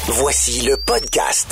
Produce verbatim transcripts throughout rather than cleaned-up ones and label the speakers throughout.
Speaker 1: Voici le podcast.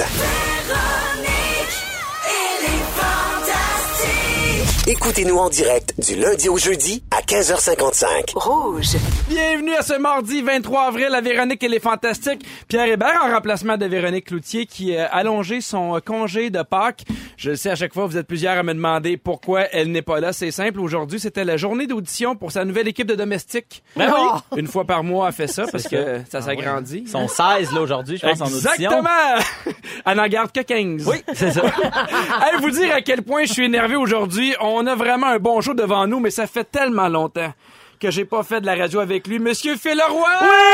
Speaker 1: Écoutez-nous en direct du lundi au jeudi à quinze heures cinquante-cinq.
Speaker 2: Rouge.
Speaker 3: Bienvenue à ce mardi vingt-trois avril à Véronique et les Fantastiques. Pierre Hébert en remplacement de Véronique Cloutier qui a allongé son congé de Pâques. Je le sais, à chaque fois, vous êtes plusieurs à me demander pourquoi elle n'est pas là. C'est simple. Aujourd'hui, c'était la journée d'audition pour sa nouvelle équipe de domestiques.
Speaker 4: Ben oui.
Speaker 3: Une fois par mois, elle fait ça parce que ça s'agrandit.
Speaker 4: Ils sont seize là aujourd'hui, je pense, en audition.
Speaker 3: Exactement! Elle n'en garde que quinze.
Speaker 4: Oui, c'est ça.
Speaker 3: Allez vous dire à quel point je suis énervé aujourd'hui. On a vraiment un bon show devant nous, mais ça fait tellement longtemps que j'ai pas fait de la radio avec lui. Monsieur Phil Leroy!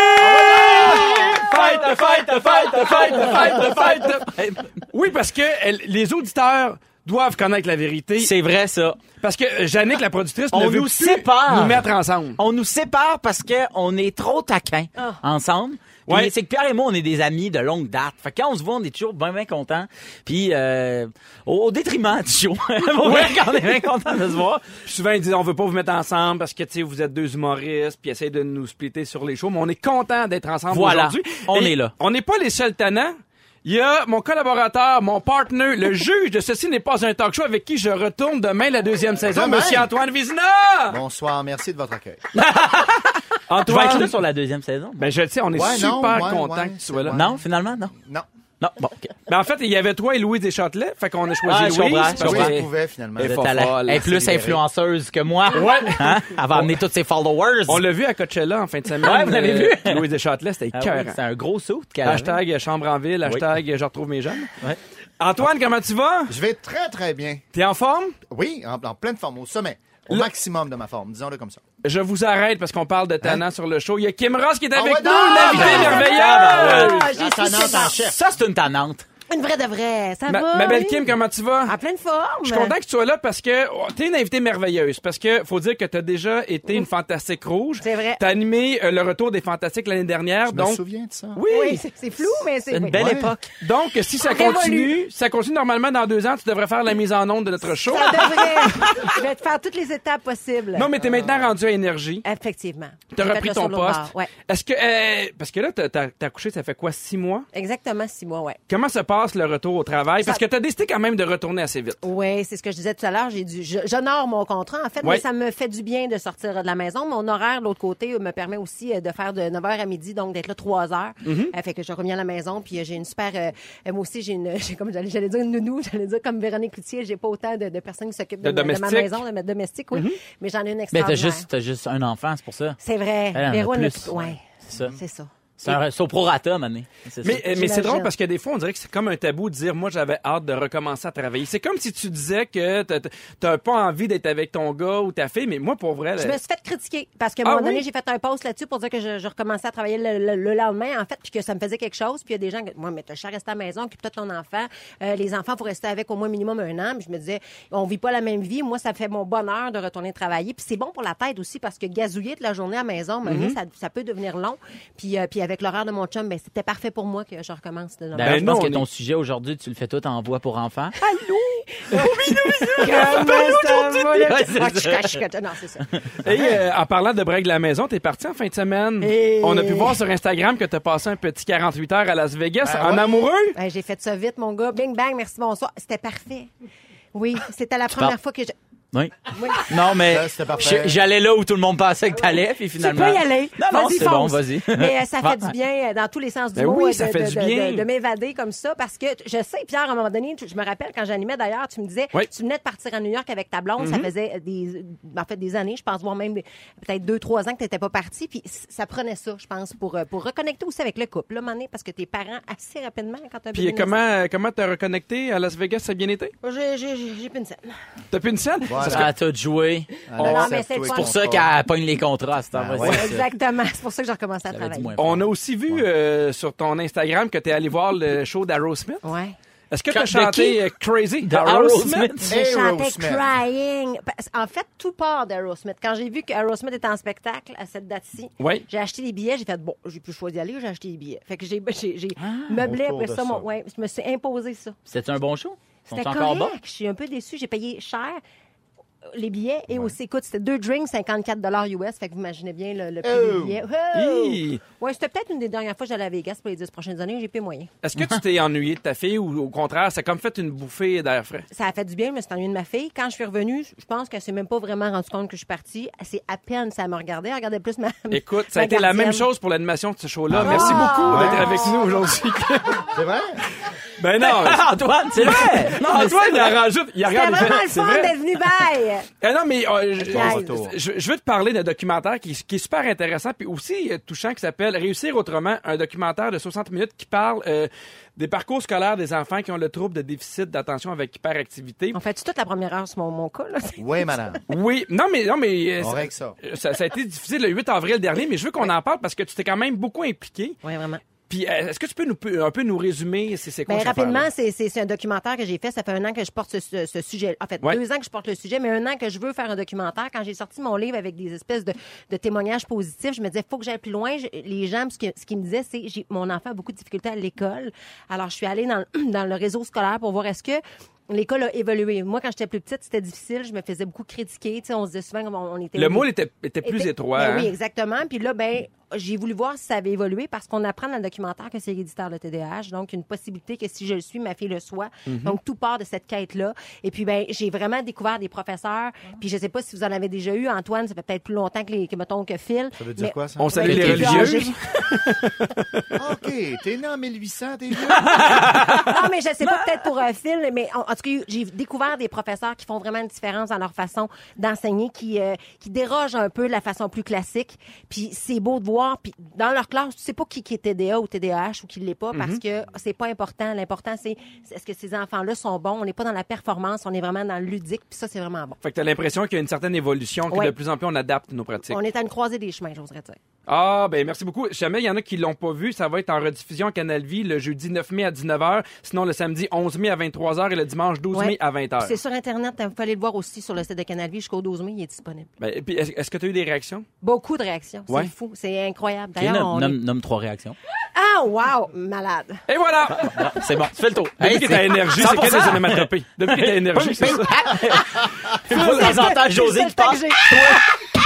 Speaker 3: Oui! Fight, fight, fight, fight, fight, fight. Oui, parce que elle, les auditeurs doivent connaître la vérité.
Speaker 4: C'est vrai, ça.
Speaker 3: Parce que Jannick, la productrice,
Speaker 4: On
Speaker 3: ne veut
Speaker 4: nous
Speaker 3: plus
Speaker 4: sépare.
Speaker 3: nous mettre ensemble.
Speaker 4: On nous sépare parce que on est trop taquins ensemble. Puis
Speaker 3: Ouais.
Speaker 4: c'est que Pierre et moi, on est des amis de longue date. Fait que quand on se voit, on est toujours bien, bien contents. Puis euh, au, au détriment du show. Ouais. Quand on est bien contents de se voir.
Speaker 3: Puis souvent, ils disent on veut pas vous mettre ensemble parce que tu sais vous êtes deux humoristes puis essayent de nous splitter sur les shows. Mais on est content d'être ensemble
Speaker 4: Voilà.
Speaker 3: aujourd'hui.
Speaker 4: On
Speaker 3: Et
Speaker 4: est là.
Speaker 3: On n'est pas les seuls tannants. Il y a mon collaborateur, mon partner, le juge de Ceci n'est pas un talk show avec qui je retourne demain la deuxième saison,
Speaker 5: Demain?
Speaker 3: Monsieur Antoine Vizina!
Speaker 5: Bonsoir, merci de votre accueil.
Speaker 4: Tu vas
Speaker 3: Antoine,
Speaker 4: être là sur la deuxième saison?
Speaker 3: ben je le sais, on est
Speaker 5: Ouais,
Speaker 3: super
Speaker 5: non, ouais,
Speaker 3: content
Speaker 5: ouais,
Speaker 3: que tu sois là.
Speaker 5: ouais.
Speaker 4: Non, finalement, non.
Speaker 5: Non.
Speaker 4: Non, bon, OK.
Speaker 3: Ben en fait, il y avait toi et Louise Deschâtelet, fait qu'on a choisi
Speaker 4: Ah, je
Speaker 3: Louise.
Speaker 4: comprends,
Speaker 3: parce
Speaker 4: je
Speaker 5: Oui,
Speaker 3: que-
Speaker 4: comprends.
Speaker 5: je pouvais finalement.
Speaker 3: Et
Speaker 4: Vous êtes
Speaker 3: folle,
Speaker 4: allé- Elle est plus
Speaker 5: c'est libéré.
Speaker 4: influenceuse que moi.
Speaker 3: Ouais.
Speaker 4: Hein? Elle va amener tous ses followers.
Speaker 3: On l'a vu à Coachella en fin de semaine.
Speaker 4: Ouais, vous l'avez vu?
Speaker 3: Euh, Louise Deschâtelet, c'était
Speaker 4: Ah oui,
Speaker 3: écœurant.
Speaker 4: c'est un gros saut qu'elle avait.
Speaker 3: Hashtag chambre en ville, hashtag je retrouve mes jeunes.
Speaker 4: Ouais.
Speaker 3: Antoine, comment tu vas?
Speaker 5: Je vais très, très bien.
Speaker 3: T'es en forme?
Speaker 5: Oui, en, en pleine forme, au sommet. Au
Speaker 3: Le-
Speaker 5: maximum de ma forme, disons-le comme ça.
Speaker 3: Je vous arrête parce qu'on parle de tannant sur le show. Il y a Kim Ross qui est avec
Speaker 5: ouais,
Speaker 3: nous,
Speaker 5: donc!
Speaker 3: l'invité
Speaker 5: Ben,
Speaker 3: merveilleuse!
Speaker 4: Ah,
Speaker 5: La tannante en chef.
Speaker 4: Ça, c'est une tannante.
Speaker 6: Une vraie de vraie, ça
Speaker 3: Ma,
Speaker 6: va?
Speaker 3: ma belle
Speaker 6: oui?
Speaker 3: Kim, comment tu vas?
Speaker 6: En pleine forme.
Speaker 3: Je suis content que tu sois là parce que oh, t'es une invitée merveilleuse. Parce que faut dire que t'as déjà été une Fantastique Rouge.
Speaker 6: C'est vrai.
Speaker 3: T'as animé euh, le retour des Fantastiques l'année dernière.
Speaker 5: Je me
Speaker 3: donc,
Speaker 5: souviens de ça.
Speaker 3: oui.
Speaker 6: Oui, c'est, c'est flou, mais c'est...
Speaker 4: C'est une
Speaker 6: oui.
Speaker 4: belle
Speaker 5: Ouais.
Speaker 4: époque.
Speaker 3: Donc, si ça
Speaker 6: Révolu.
Speaker 3: continue, ça continue normalement dans deux ans, tu devrais faire la mise en onde de notre show.
Speaker 6: Ça devrait... Je vais te faire toutes les étapes possibles.
Speaker 3: Non, mais t'es maintenant rendu à énergie.
Speaker 6: Effectivement.
Speaker 3: T'as
Speaker 6: J'ai fait
Speaker 3: repris
Speaker 6: le
Speaker 3: ton
Speaker 6: solo
Speaker 3: poste.
Speaker 6: bar, ouais.
Speaker 3: Est-ce que, euh, parce que là, t'as, t'as, t'as accouché, ça fait quoi, six mois?
Speaker 6: Exactement six mois, ouais.
Speaker 3: Comment se passe le retour au travail? Parce que t'as décidé quand même de retourner assez vite.
Speaker 6: Oui, c'est ce que je disais tout à l'heure. J'ai dû, je- j'honore mon contrat, en fait,
Speaker 3: Ouais.
Speaker 6: mais ça me fait du bien de sortir de la maison. Mon horaire, de l'autre côté, me permet aussi euh, de faire de neuf heures à midi, donc d'être là trois heures.
Speaker 3: Mm-hmm.
Speaker 6: Euh, fait que je reviens à la maison, puis euh, j'ai une super... euh, euh, moi aussi, j'ai une... J'ai comme j'allais, j'allais dire une nounou, j'allais dire comme Véronique Cloutier, j'ai pas autant de, de personnes qui s'occupent de,
Speaker 3: De
Speaker 6: ma- de ma
Speaker 3: domestiques.
Speaker 6: maison, de ma domestique, oui. Mais j'en ai une
Speaker 4: Mais t'as
Speaker 6: extraordinaire.
Speaker 4: juste, t'as juste un enfant, c'est pour ça.
Speaker 6: C'est vrai.
Speaker 4: Elle en a
Speaker 6: Véro, elle
Speaker 4: plus.
Speaker 6: occupe- ouais.
Speaker 4: C'est ça.
Speaker 6: C'est ça.
Speaker 4: C'est un c'est au prorata, mané. C'est
Speaker 3: Mais,
Speaker 4: ça.
Speaker 3: euh, mais c'est
Speaker 6: J'imagine.
Speaker 3: drôle parce que des fois, on dirait que c'est comme un tabou de dire, moi, j'avais hâte de recommencer à travailler. C'est comme si tu disais que t'as- t'as pas envie d'être avec ton gars ou ta fille, mais moi, pour vrai,
Speaker 6: Je
Speaker 3: là,
Speaker 6: me suis fait critiquer parce qu'à un
Speaker 3: Ah
Speaker 6: moment donné,
Speaker 3: oui?
Speaker 6: j'ai fait un post là-dessus pour dire que je, je recommençais à travailler le, le- le lendemain, en fait, puis que ça me faisait quelque chose. Puis il y a des gens qui moi, mais t'as cher rester à la maison, occupe-toi de ton enfant. Euh, les enfants, faut rester avec au moins minimum un an. Puis je me disais, on vit pas la même vie. Moi, ça fait mon bonheur de retourner travailler. Puis c'est bon pour la tête aussi parce que gazouiller toute la journée à la maison, à un moment donné,
Speaker 3: Mm-hmm.
Speaker 6: ça, ça peut devenir long. Puis, euh, puis avec l'horaire de mon chum, ben, c'était parfait pour moi que je recommence. De
Speaker 4: D'ailleurs,
Speaker 3: Ben
Speaker 4: je
Speaker 3: non,
Speaker 4: pense
Speaker 3: on
Speaker 4: que ton
Speaker 3: est-
Speaker 4: sujet aujourd'hui, tu le fais tout en voix pour enfants.
Speaker 6: Comment ça va, là?
Speaker 4: Ouais, c'est
Speaker 6: Ah,
Speaker 4: ça.
Speaker 6: chica, chica. Non, c'est ça.
Speaker 3: Et euh, en parlant de break de la maison, t'es parti en fin de semaine.
Speaker 6: Et-
Speaker 3: On a pu voir sur Instagram que t'as passé un petit quarante-huit heures à Las Vegas
Speaker 5: Ben
Speaker 3: en
Speaker 5: ouais.
Speaker 3: amoureux.
Speaker 6: Ouais, j'ai fait ça vite, mon gars. Bing, bang, merci, bonsoir. C'était parfait. Oui, c'était la première
Speaker 4: parles-
Speaker 6: fois que je...
Speaker 4: Oui.
Speaker 6: Oui.
Speaker 4: Non, mais
Speaker 5: Ça, c'était parfait.
Speaker 4: je- j'allais là où tout le monde pensait que t'allais, puis
Speaker 6: Tu
Speaker 4: finalement.
Speaker 6: peux y aller.
Speaker 4: Non, non,
Speaker 6: Vas-y,
Speaker 4: c'est
Speaker 6: fonce.
Speaker 4: bon, vas-y.
Speaker 6: Mais euh, ça
Speaker 4: Va-
Speaker 6: fait du bien euh, dans tous les sens du
Speaker 3: Ben
Speaker 6: mot
Speaker 3: oui,
Speaker 6: euh,
Speaker 3: ça
Speaker 6: de,
Speaker 3: fait
Speaker 6: de-
Speaker 3: du
Speaker 6: de-
Speaker 3: bien.
Speaker 6: de- de m'évader comme ça parce que t- je sais, Pierre, à un moment donné, tu- je me rappelle quand j'animais d'ailleurs, tu me disais,
Speaker 3: Oui.
Speaker 6: tu venais de partir à New York avec ta blonde, ça faisait des, en fait, des années, je pense, voire même des- peut-être deux, trois ans que tu n'étais pas parti, puis c- ça prenait ça, je pense, pour, euh, pour reconnecter aussi avec le couple, là, à un moment donné, parce que tes parents, assez rapidement, quand tu as
Speaker 3: Puis comment euh, comment t'as reconnecté à Las Vegas, ça a bien été?
Speaker 6: J'ai, j'ai, j'ai j'ai plus une scène.
Speaker 3: T'as plus une scène? Parce que-
Speaker 4: Ah, t'as joué.
Speaker 6: non, mais c'est le
Speaker 4: C'est
Speaker 6: fun.
Speaker 4: pour ça qu'elle pogne les contrats à cette heure.
Speaker 5: Ah,
Speaker 4: Vas-y.
Speaker 5: ouais.
Speaker 6: Exactement. C'est pour ça que j'ai recommencé à
Speaker 4: Ça avait dit
Speaker 6: travailler.
Speaker 4: moins fort.
Speaker 3: On a aussi vu euh, sur ton Instagram que t'es allé voir le show d'Aerosmith.
Speaker 6: Ouais.
Speaker 3: Est-ce que
Speaker 4: Quand-
Speaker 3: t'as
Speaker 4: de
Speaker 3: chanté
Speaker 4: qui?
Speaker 3: euh, Crazy
Speaker 4: De Aerosmith?
Speaker 6: J'ai chanté
Speaker 5: Aerosmith.
Speaker 6: Crying. Parce- En fait, tout part d'Aerosmith. Quand j'ai vu qu'Aerosmith était en spectacle à cette date-ci,
Speaker 3: Oui.
Speaker 6: j'ai acheté des billets. J'ai fait, bon, j'ai plus le choix d'y aller, j'ai acheté des billets. Fait que j'ai, j'ai, j'ai meublé
Speaker 5: autour
Speaker 6: après
Speaker 5: de
Speaker 6: ça. Mon,
Speaker 5: ça.
Speaker 6: ouais, je me suis imposé ça.
Speaker 4: C'était un bon show? Ils
Speaker 6: C'était
Speaker 4: sont encore
Speaker 6: correct.
Speaker 4: bons?
Speaker 6: Je suis un peu déçue. J'ai payé cher. les billets et aussi, écoute, c'était deux drinks, cinquante-quatre dollars U S. Fait que vous imaginez bien le, le prix
Speaker 5: Oh.
Speaker 6: des billets. Oh.
Speaker 3: Hi.
Speaker 6: Ouais, c'était peut-être une des dernières fois que j'allais à Vegas pour les dix prochaines années. J'ai plus moyen.
Speaker 3: Est-ce que tu t'es ennuyé de ta fille ou au contraire, ça a comme fait une bouffée d'air frais?
Speaker 6: Ça a fait du bien, mais c'est ennuyé de ma fille. Quand je suis revenue, je pense qu'elle s'est même pas vraiment rendue compte que je suis partie. C'est à peine ça me regardait. Elle regardait plus ma.
Speaker 3: Écoute, ça a
Speaker 6: ma
Speaker 3: été la
Speaker 6: gardienne.
Speaker 3: même chose pour l'animation de ce show-là.
Speaker 5: Ah.
Speaker 3: Merci beaucoup
Speaker 5: Ouais.
Speaker 3: d'être avec nous aujourd'hui.
Speaker 5: C'est vrai?
Speaker 3: Ben non,
Speaker 4: Antoine, c'est vrai!
Speaker 3: non, Antoine, il en rajoute. Il
Speaker 6: C'était
Speaker 3: regarde, il
Speaker 6: vraiment
Speaker 3: fait,
Speaker 6: le
Speaker 3: c'est
Speaker 6: fun
Speaker 3: vrai.
Speaker 6: d'être venu. Bye!
Speaker 3: Ah non, mais euh, je,
Speaker 6: Bon
Speaker 5: retour.
Speaker 3: je, je veux te parler d'un documentaire qui, qui est super intéressant puis aussi euh, touchant qui s'appelle Réussir autrement, un documentaire de soixante minutes qui parle euh, des parcours scolaires des enfants qui ont le trouble de déficit d'attention avec hyperactivité.
Speaker 6: On fait toute la première heure sur mon, mon cas, là.
Speaker 5: Oui, madame.
Speaker 3: Oui, non mais non mais euh,
Speaker 5: On
Speaker 3: ça,
Speaker 5: règle ça.
Speaker 3: ça, ça a été difficile le huit avril dernier, mais je veux qu'on en parle parce que tu t'es quand même beaucoup impliqué.
Speaker 6: Oui, vraiment.
Speaker 3: Puis euh, est-ce que tu peux nous un peu nous résumer c'est c'est quoi
Speaker 6: Ben,
Speaker 3: cette
Speaker 6: rapidement,
Speaker 3: affaire-là?
Speaker 6: c'est, c'est, c'est un documentaire que j'ai fait. Ça fait un an que je porte ce, ce, ce sujet. En fait,
Speaker 3: Ouais.
Speaker 6: deux ans que je porte le sujet, mais un an que je veux faire un documentaire. Quand j'ai sorti mon livre avec des espèces de, de témoignages positifs, je me disais, faut que j'aille plus loin. Je- les gens, ce qu'ils ce qu'ils me disaient, c'est, j'ai, mon enfant a beaucoup de difficultés à l'école. Alors, je suis allée dans, le- dans le réseau scolaire pour voir est-ce que l'école a évolué. Moi, quand j'étais plus petite, c'était difficile. Je me faisais beaucoup critiquer. Tu sais, on se disait souvent qu'on on était...
Speaker 3: Le moule était, était plus
Speaker 6: était-
Speaker 3: étroit.
Speaker 6: Ben
Speaker 3: hein?
Speaker 6: Oui, exactement. Puis là, ben, j'ai voulu voir si ça avait évolué parce qu'on apprend dans le documentaire que c'est héréditaire le T D A H. Donc, une possibilité que si je le suis, ma fille le soit.
Speaker 3: Mm-hmm.
Speaker 6: Donc, tout part de cette quête-là. Et puis, ben, j'ai vraiment découvert des professeurs. Puis, je sais pas si vous en avez déjà eu. Antoine, ça fait peut-être plus longtemps que, les, que mettons, que Phil.
Speaker 5: Ça veut dire
Speaker 6: Mais-
Speaker 5: quoi, ça?
Speaker 3: On salue
Speaker 6: Ouais,
Speaker 3: les
Speaker 6: t'es plus
Speaker 3: religieux.
Speaker 6: âgé.
Speaker 5: OK, t'es né en mille huit cents, t'es vieux?
Speaker 6: Non, mais je sais pas, peut-être pour euh, Phil, mais en, en tout cas, j'ai découvert des professeurs qui font vraiment une différence dans leur façon d'enseigner, qui, euh, qui dérogent un peu de la façon plus classique. Puis c'est beau de voir. Puis dans leur classe, tu sais pas qui, qui est T D A ou T D A H ou qui l'est pas, parce que c'est pas important. L'important, c'est est-ce que ces enfants-là sont bons. On n'est pas dans la performance, on est vraiment dans le ludique. Puis ça, c'est vraiment bon.
Speaker 3: Fait que t'as l'impression qu'il y a une certaine évolution, que
Speaker 6: Ouais.
Speaker 3: de plus en plus on adapte nos pratiques.
Speaker 6: On est à une croisée des chemins, j'oserais dire.
Speaker 3: Ah, ben merci beaucoup. Si jamais il y en a qui l'ont pas vu, ça va être en rediffusion à Canal Vie le jeudi neuf mai à dix-neuf heures, sinon le samedi onze mai à vingt-trois heures et le dimanche douze
Speaker 6: Ouais.
Speaker 3: mai à vingt heures.
Speaker 6: C'est sur Internet. Vous pouvez aller le voir aussi sur le site de Canal Vie jusqu'au douze mai. Il est disponible.
Speaker 3: Ben, et puis, est-ce est-ce que tu as eu des réactions?
Speaker 6: Beaucoup de réactions.
Speaker 3: Ouais.
Speaker 6: C'est fou. C'est incroyable.
Speaker 4: Ok,
Speaker 6: D'ailleurs,
Speaker 4: nomme,
Speaker 6: on
Speaker 4: nomme-
Speaker 6: est-
Speaker 4: nomme trois réactions.
Speaker 6: Ah, wow! Malade.
Speaker 3: Et voilà!
Speaker 4: Bon, c'est bon, tu fais le tour.
Speaker 3: Depuis
Speaker 4: Hey,
Speaker 3: que
Speaker 4: c'est-
Speaker 3: t'as énergie, c'est que des onomatopées. Depuis que t'as énergie, c'est ça.
Speaker 4: Faut les entendre José
Speaker 6: C'est
Speaker 4: qui
Speaker 6: le temps
Speaker 4: passe.
Speaker 6: que j'ai.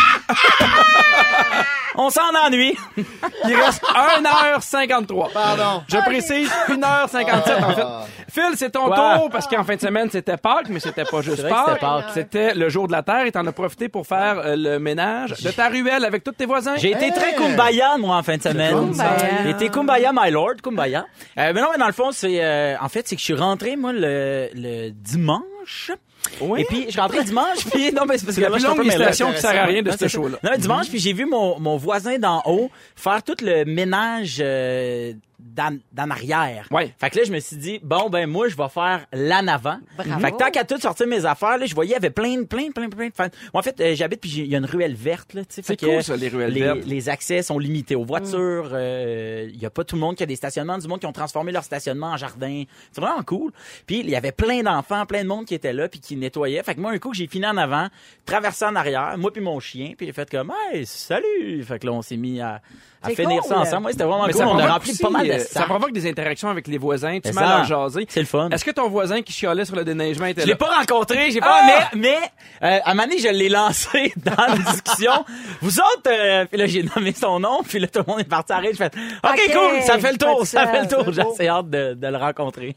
Speaker 4: On s'en ennuie.
Speaker 3: Il reste une heure cinquante-trois.
Speaker 5: Pardon.
Speaker 3: Je précise une heure cinquante-sept en fait. Phil, c'est ton
Speaker 4: Quoi?
Speaker 3: tour parce qu'en fin de semaine, c'était Pâques, mais c'était pas juste
Speaker 4: C'est vrai que c'était
Speaker 3: Pâques.
Speaker 4: Pâques.
Speaker 3: C'était le jour de la Terre et t'en as profité pour faire euh, le ménage de ta ruelle avec tous tes voisins.
Speaker 4: J'ai été
Speaker 5: Hey!
Speaker 4: très kumbaya, moi, en fin de semaine.
Speaker 6: Kumbaya.
Speaker 4: J'ai été kumbaya, my lord, kumbaya. Euh, mais non, mais dans le fond, c'est, euh, en fait, c'est que je suis rentré, moi, le, le dimanche.
Speaker 3: Oui.
Speaker 4: Et puis, je suis rentré dimanche, puis, non, mais c'est parce
Speaker 3: C'est
Speaker 4: que
Speaker 3: la
Speaker 4: là,
Speaker 3: plus
Speaker 4: je suis un
Speaker 3: longue
Speaker 4: peu mêlé.
Speaker 3: illustration qui sert à rien de
Speaker 4: Non,
Speaker 3: ce
Speaker 4: c'est ça.
Speaker 3: show-là.
Speaker 4: Non, mais dimanche, puis j'ai vu mon, mon voisin d'en haut faire tout le ménage euh, d'en, d'en arrière.
Speaker 3: Ouais.
Speaker 4: Fait que là, je me suis dit, bon, ben moi, je vais faire l'en avant.
Speaker 6: Bravo.
Speaker 4: Fait que tant qu'à tout sortir mes affaires, là, je voyais, il y avait plein, plein, plein, plein de fans. Moi, en fait, euh, j'habite, puis j'ai- il y a une ruelle verte, là, tu sais.
Speaker 3: C'est
Speaker 4: Fait que
Speaker 3: cool, ça, les ruelles
Speaker 4: les,
Speaker 3: vertes.
Speaker 4: les accès sont limités aux voitures. euh, Il y a pas tout le monde qui a des stationnements, du monde qui ont transformé leur stationnement en jardin. C'est vraiment cool. Puis il y avait plein d'enfants, plein de monde qui était là, puis qui nettoyait. Fait que moi, un coup que j'ai fini en avant, traversé en arrière, moi puis mon chien, puis j'ai fait comme, hey, salut. Fait que là, on s'est mis à, à
Speaker 6: C'est
Speaker 4: finir
Speaker 6: cool.
Speaker 4: ça ensemble. Ouais, c'était vraiment
Speaker 3: Mais
Speaker 4: cool.
Speaker 3: ça
Speaker 4: On a
Speaker 3: provoque
Speaker 4: rempli
Speaker 3: aussi,
Speaker 4: pas mal de
Speaker 3: euh,
Speaker 4: sacs.
Speaker 3: Ça provoque des interactions avec les voisins. Tu
Speaker 4: C'est
Speaker 3: m'as
Speaker 4: ça.
Speaker 3: leur jaser.
Speaker 4: C'est le fun.
Speaker 3: Est-ce que ton voisin qui chialait sur le déneigement était
Speaker 4: Je
Speaker 3: là?
Speaker 4: l'ai pas rencontré, j'ai pas,
Speaker 3: Ah!
Speaker 4: mais, mais, euh, à un moment donné, je l'ai lancé dans la discussion. Vous autres, euh, puis là, j'ai nommé son nom, puis là, tout le monde est parti à rire. Je fais, OK,
Speaker 6: OK,
Speaker 4: cool, ça fait le tour,
Speaker 6: pas de
Speaker 4: ça fait le
Speaker 6: ça,
Speaker 4: tour. J'ai
Speaker 6: c'est beau.
Speaker 4: assez hâte de, de le rencontrer.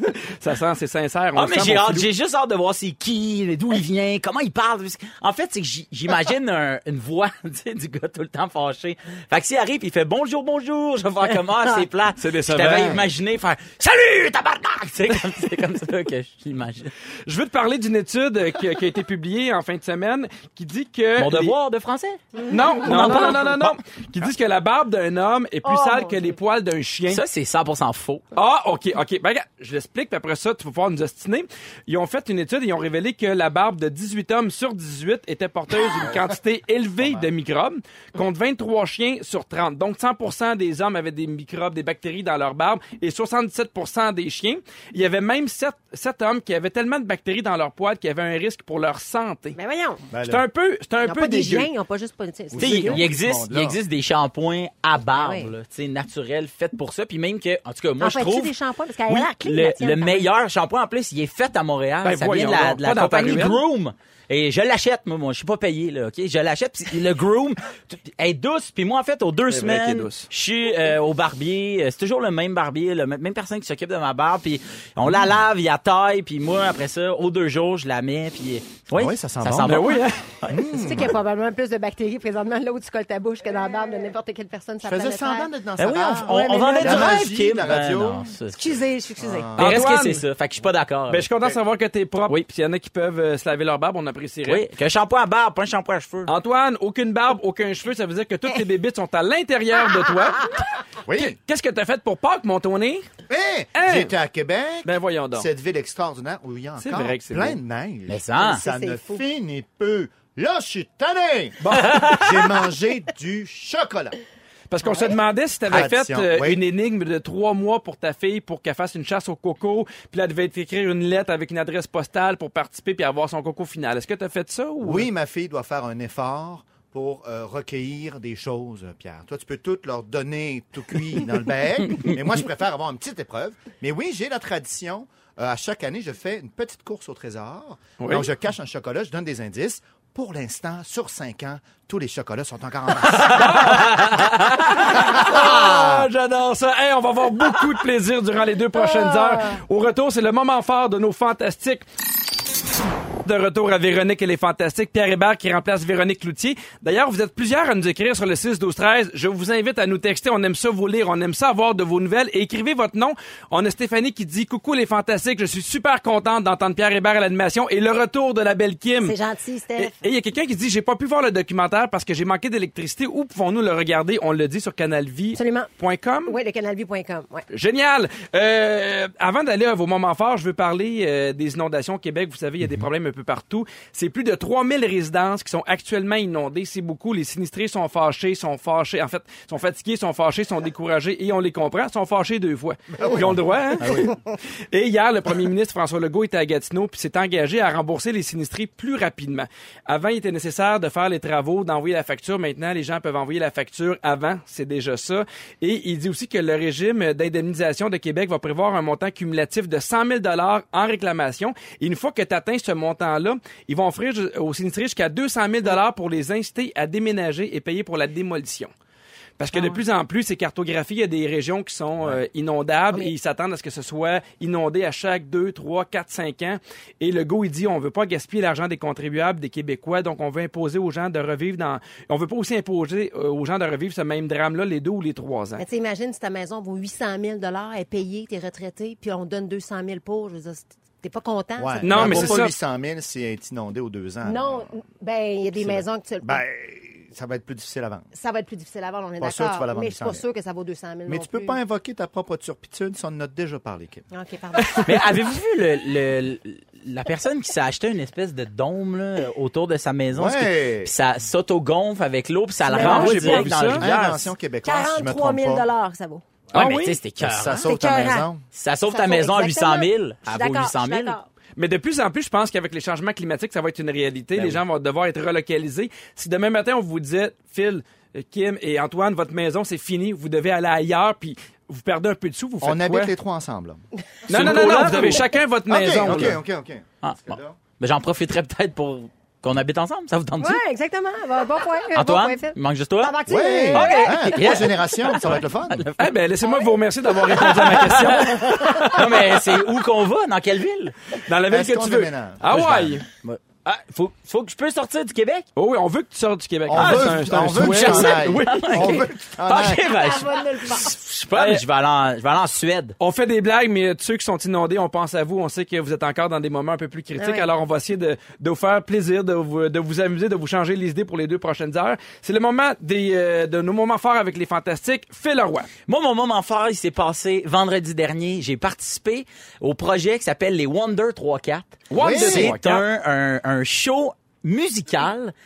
Speaker 3: Ça sent, c'est sincère. On
Speaker 4: Ah,
Speaker 3: le
Speaker 4: mais
Speaker 3: sent,
Speaker 4: j'ai
Speaker 3: mon
Speaker 4: hâte,
Speaker 3: filou.
Speaker 4: j'ai juste hâte de voir c'est qui, d'où il vient, comment il parle. En fait, c'est que j'- j'imagine un- une voix, tu sais, du gars tout le temps fâché. Fait que s'il arrive, il fait bonjour, bonjour, je vais faire comment, c'est plat.
Speaker 3: C'est
Speaker 4: Je
Speaker 3: décevant.
Speaker 4: t'avais imaginé faire salut, tabarnak! C'est comme, c'est comme ça que je l'imagine.
Speaker 3: Je veux te parler d'une étude euh, qui, a- qui a été publiée en fin de semaine qui dit que...
Speaker 4: Mon
Speaker 3: les-
Speaker 4: devoir de français?
Speaker 3: Non, non, non, non, non, non, non. Qui disent que la barbe d'un homme est plus
Speaker 6: Oh,
Speaker 3: sale
Speaker 6: mon
Speaker 3: que les
Speaker 6: Dieu.
Speaker 3: poils d'un chien.
Speaker 4: Ça, c'est cent pour cent faux.
Speaker 3: Ah, OK, OK. Ben, regarde, je l'explique, puis après ça, tu vas pouvoir nous ostiner. Ils ont fait une étude et ils ont révélé que la barbe de dix-huit hommes sur dix-huit était porteuse d'une quantité élevée de microbes, contre vingt-trois chiens sur trente. Donc, cent pour cent des hommes avaient des microbes, des bactéries dans leur barbe et soixante-dix-sept pour cent des chiens. Il y avait même sept, sept hommes qui avaient tellement de bactéries dans leur poil qu'il y avait un risque pour leur santé.
Speaker 6: Mais voyons.
Speaker 5: Ben,
Speaker 3: C'est un peu, c'est un
Speaker 6: Ils n'ont
Speaker 3: peu
Speaker 6: pas des
Speaker 3: dégueu.
Speaker 6: liens, ils n'ont pas juste pas.
Speaker 4: Tu sais, il, il existe, il existe des shampoings à barbe,
Speaker 6: Ah oui.
Speaker 4: là, tu sais, naturels, faits pour ça. Puis même que, en tout cas, moi,
Speaker 6: En
Speaker 4: je
Speaker 6: fait-tu
Speaker 4: trouve.
Speaker 6: des shampoings? Parce qu'elle a
Speaker 4: Oui,
Speaker 6: l'air clean,
Speaker 4: le,
Speaker 6: la tienne,
Speaker 4: le
Speaker 6: quand même.
Speaker 4: meilleur shampoing, en plus, il est fait à Montréal.
Speaker 3: Ben,
Speaker 4: ça vient
Speaker 3: voyons
Speaker 4: de la,
Speaker 3: donc,
Speaker 4: de la
Speaker 3: pas dans
Speaker 4: compagnie
Speaker 3: Paris-Ville.
Speaker 4: Groom. Et je l'achète, moi, moi, je suis pas payé, là, OK? Je l'achète, puis le Groom, t- elle est douce. Puis moi, en fait, aux deux
Speaker 3: C'est vrai qu'elle est
Speaker 4: semaines,
Speaker 3: douce.
Speaker 4: je suis euh, au barbier. Euh, C'est toujours le même barbier, la même personne qui s'occupe de ma barbe. Puis on la lave, il la taille. Puis moi, après ça, aux deux jours, je la mets. Puis oui,
Speaker 5: oui, ça sent
Speaker 4: ça
Speaker 5: bon.
Speaker 4: sent
Speaker 3: Ben
Speaker 4: bon.
Speaker 3: oui, hein?
Speaker 6: Tu sais qu'il y a probablement plus de bactéries présentement là où tu colles ta bouche que dans la barbe de n'importe quelle personne sur
Speaker 5: Je
Speaker 6: la
Speaker 5: faisais
Speaker 6: planète
Speaker 5: semblant
Speaker 6: Terre.
Speaker 5: d'être dans
Speaker 4: Ben
Speaker 5: sa
Speaker 4: oui,
Speaker 5: barbe.
Speaker 4: on, on,
Speaker 6: Ouais,
Speaker 4: on
Speaker 6: mais
Speaker 4: vendait
Speaker 6: là,
Speaker 4: du
Speaker 5: la
Speaker 4: rêve,
Speaker 5: magie
Speaker 4: Kim.
Speaker 5: de la
Speaker 4: Ben
Speaker 5: radio.
Speaker 4: non, ça-
Speaker 6: Excusez, je suis excusée.
Speaker 4: Mais reste que
Speaker 3: Antoine.
Speaker 4: c'est ça. Fait que je suis pas d'accord.
Speaker 3: Ben, je suis content de savoir que t'es propre.
Speaker 4: Oui.
Speaker 3: Puis s'il y en a qui peuvent euh, se laver leur barbe, on apprécierait.
Speaker 4: Oui, qu'un shampoing à barbe, pas un shampoing à cheveux.
Speaker 3: Antoine, aucune barbe, aucun cheveu, ça veut dire que toutes tes bébites sont à l'intérieur de toi.
Speaker 5: Oui.
Speaker 3: Qu'est-ce que t'as fait pour Pâques, mon Tony?
Speaker 5: Hey,
Speaker 3: Hein?
Speaker 5: j'étais à Québec.
Speaker 3: Ben voyons donc.
Speaker 5: Cette ville extraordinaire où il y a
Speaker 3: C'est
Speaker 5: encore
Speaker 3: vrai que c'est
Speaker 5: plein
Speaker 3: beau.
Speaker 5: de neige.
Speaker 4: Mais ça,
Speaker 5: Ça
Speaker 6: c'est
Speaker 5: ne
Speaker 6: fou.
Speaker 5: finit peu. Là, je suis tanné. Bon, j'ai mangé du chocolat.
Speaker 3: Parce qu'on se demandait si t'avais fait
Speaker 5: Tradition,
Speaker 3: euh,
Speaker 5: oui.
Speaker 3: une énigme de trois mois pour ta fille pour qu'elle fasse une chasse au coco, puis là, elle devait écrire une lettre avec une adresse postale pour participer puis avoir son coco final. Est-ce que t'as fait ça ou...
Speaker 5: Oui, ma fille doit faire un effort pour euh, recueillir des choses, Pierre. Toi, tu peux tout leur donner tout cuit dans le bec, mais moi, je préfère avoir une petite épreuve. Mais oui, j'ai la tradition. Euh, à chaque année, je fais une petite course au trésor.
Speaker 3: Oui.
Speaker 5: Donc, je cache un chocolat, je donne des indices. Pour l'instant, sur cinq ans, tous les chocolats sont encore en masse.
Speaker 3: Ah, j'adore ça. Hey, on va avoir beaucoup de plaisir durant les deux prochaines heures. Au retour, c'est le moment fort de nos fantastiques. De retour à Véronique et les Fantastiques. Pierre Hébert qui remplace Véronique Cloutier. D'ailleurs, vous êtes plusieurs à nous écrire sur le six douze treize. Je vous invite à nous texter. On aime ça vous lire. On aime ça avoir de vos nouvelles. Et écrivez votre nom. On a Stéphanie qui dit « Coucou les Fantastiques. Je suis super contente d'entendre Pierre Hébert à l'animation et le retour de la belle Kim. »
Speaker 6: C'est gentil, Steph.
Speaker 3: Et il y a quelqu'un qui dit « J'ai pas pu voir le documentaire parce que j'ai manqué d'électricité. Où pouvons-nous le regarder? » On le dit sur canalvie point com.
Speaker 6: Absolument. Oui, le canalvie point com. Ouais.
Speaker 3: Génial! Euh, avant d'aller à vos moments forts, je veux parler euh, des inondations au Québec. Vous savez, il y a des problèmes un peu partout. C'est plus de trois mille résidences qui sont actuellement inondées. C'est beaucoup. Les sinistrés sont fâchés, sont fâchés. En fait, sont fatigués, sont fâchés, sont découragés et on les comprend. Sont fâchés deux fois. Ils ont le droit, hein? Et hier, le premier ministre François Legault était à Gatineau puis s'est engagé à rembourser les sinistrés plus rapidement. Avant, il était nécessaire de faire les travaux, d'envoyer la facture. Maintenant, les gens peuvent envoyer la facture avant. C'est déjà ça. Et il dit aussi que le régime d'indemnisation de Québec va prévoir un montant cumulatif de cent mille dollars en réclamation. Et une fois que tu atteins ce montant-là, ils vont offrir aux sinistrés jusqu'à deux cent mille dollars pour les inciter à déménager et payer pour la démolition. Parce que de plus en plus, c'est cartographié. Il y a des régions qui sont euh, inondables et ils s'attendent à ce que ce soit inondé à chaque deux, trois, quatre, cinq ans. Et le go, il dit, on veut pas gaspiller l'argent des contribuables, des Québécois, donc on veut imposer aux gens de revivre dans... On veut pas aussi imposer euh, aux gens de revivre ce même drame-là les deux ou les trois ans.
Speaker 6: Mais tu sais, imagine si ta maison vaut huit cent mille dollars, elle est payée, t'es retraité, puis on donne deux cent mille pour. Je veux dire, t'es pas content?
Speaker 5: Ouais.
Speaker 6: ça?
Speaker 3: Non, mais
Speaker 5: vaut
Speaker 3: c'est
Speaker 5: pas
Speaker 3: ça.
Speaker 5: huit cent mille si elle est inondée aux deux ans.
Speaker 6: Non, ben, il y a des maisons que tu...
Speaker 5: Ben, ça va être plus difficile à vendre.
Speaker 6: Ça va être plus difficile à vendre, on est
Speaker 5: Pas sûr que tu vas la
Speaker 6: d'accord.
Speaker 5: vendre
Speaker 6: Mais je suis pas
Speaker 5: huit cent mille.
Speaker 6: sûre que ça vaut deux cent mille
Speaker 5: Mais
Speaker 6: non
Speaker 5: tu peux
Speaker 6: plus.
Speaker 5: pas invoquer ta propre turpitude, ça on en a déjà parlé, Kim.
Speaker 6: OK, pardon.
Speaker 4: Mais avez-vous vu le, le- la personne qui s'est acheté une espèce de dôme là, autour de sa maison?
Speaker 5: Ouais.
Speaker 4: Parce que- Puis ça s'auto-gonfle avec l'eau, puis ça le
Speaker 6: Mais
Speaker 4: range
Speaker 6: non,
Speaker 4: direct
Speaker 6: j'ai pas vu
Speaker 4: dans
Speaker 3: ça.
Speaker 4: la rivière.
Speaker 5: Invention québécoise, si je me
Speaker 6: quarante-trois
Speaker 5: trompe
Speaker 6: mille
Speaker 5: pas.
Speaker 6: dollars, ça vaut.
Speaker 4: Ouais,
Speaker 3: Ah
Speaker 4: mais
Speaker 3: oui?
Speaker 4: tu sais, c'était cœur.
Speaker 5: Ça
Speaker 4: Ça,
Speaker 5: sauve ta
Speaker 6: C'est écœurant.
Speaker 5: maison.
Speaker 4: sauve
Speaker 6: Ça
Speaker 4: ta
Speaker 6: vaut
Speaker 4: maison à huit cent
Speaker 6: exactement.
Speaker 4: mille.
Speaker 6: Je suis
Speaker 4: Elle vaut
Speaker 6: d'accord,
Speaker 4: huit cent
Speaker 6: je suis
Speaker 4: mille.
Speaker 6: d'accord.
Speaker 3: Mais de plus en plus, je pense qu'avec les changements climatiques, ça va être une réalité.
Speaker 4: Ben
Speaker 3: les
Speaker 4: oui.
Speaker 3: gens vont devoir être relocalisés. Si demain matin, on vous disait, Phil, euh, Kim et Antoine, votre maison, c'est fini, vous devez aller ailleurs, puis vous perdez un peu de sous, vous faites
Speaker 5: On
Speaker 3: quoi?
Speaker 5: habite les trois ensemble. là.
Speaker 3: Non,
Speaker 4: Sur
Speaker 3: non,
Speaker 4: le
Speaker 3: non, non,
Speaker 4: coloc
Speaker 3: vous avez
Speaker 4: ou-
Speaker 3: chacun votre maison.
Speaker 5: OK,
Speaker 3: là.
Speaker 5: OK, OK, OK.
Speaker 4: Ah,
Speaker 5: Parce que
Speaker 4: bon.
Speaker 5: là-
Speaker 4: Ben, j'en profiterai peut-être pour qu'on habite ensemble. Ça vous tente-tu?
Speaker 6: Ouais, exactement. Bon, bon point. Bon
Speaker 4: Antoine,
Speaker 6: point, Phil.
Speaker 4: il manque juste toi?
Speaker 6: T'embarques-tu?
Speaker 5: Oui!
Speaker 6: Euh,
Speaker 5: Hein, trois
Speaker 4: Yeah.
Speaker 5: générations, ça va être le fun.
Speaker 3: Eh ben, laissez-moi vous remercier d'avoir répondu à ma question.
Speaker 4: Non, mais c'est où qu'on va? Dans quelle ville?
Speaker 3: Dans la ville
Speaker 5: Est-ce
Speaker 3: que
Speaker 5: qu'on
Speaker 3: tu veux.
Speaker 5: déménage?
Speaker 3: Hawaï.
Speaker 4: Ah, faut, faut que je peux sortir du Québec?
Speaker 3: Oh oui, on veut que tu sortes du Québec.
Speaker 5: On
Speaker 3: Ah,
Speaker 5: veut,
Speaker 3: c'est un- c'est un
Speaker 5: on veut que
Speaker 3: souhait.
Speaker 5: tu t'en ailles.
Speaker 3: Oui.
Speaker 5: On veut que tu t'en ailles.
Speaker 4: Ok, ben,
Speaker 6: Ça
Speaker 4: je,
Speaker 6: va nulle part.
Speaker 4: je sais pas, mais je vais aller en, je vais aller en Suède.
Speaker 3: On fait des blagues, mais ceux qui sont inondés, on pense à vous. On sait que vous êtes encore dans des moments un peu plus critiques.
Speaker 6: Ah oui.
Speaker 3: Alors, on va essayer de, de vous faire plaisir, de vous, de vous amuser, de vous changer les idées pour les deux prochaines heures. C'est le moment des, euh, de nos moments forts avec les Fantastiques. Phil Leroy.
Speaker 4: Moi, mon moment fort, il s'est passé vendredi dernier. J'ai participé au projet qui s'appelle les Wonder trois quatre.
Speaker 3: Wonder
Speaker 4: C'est
Speaker 3: trois quatre.
Speaker 4: un, un, un show musical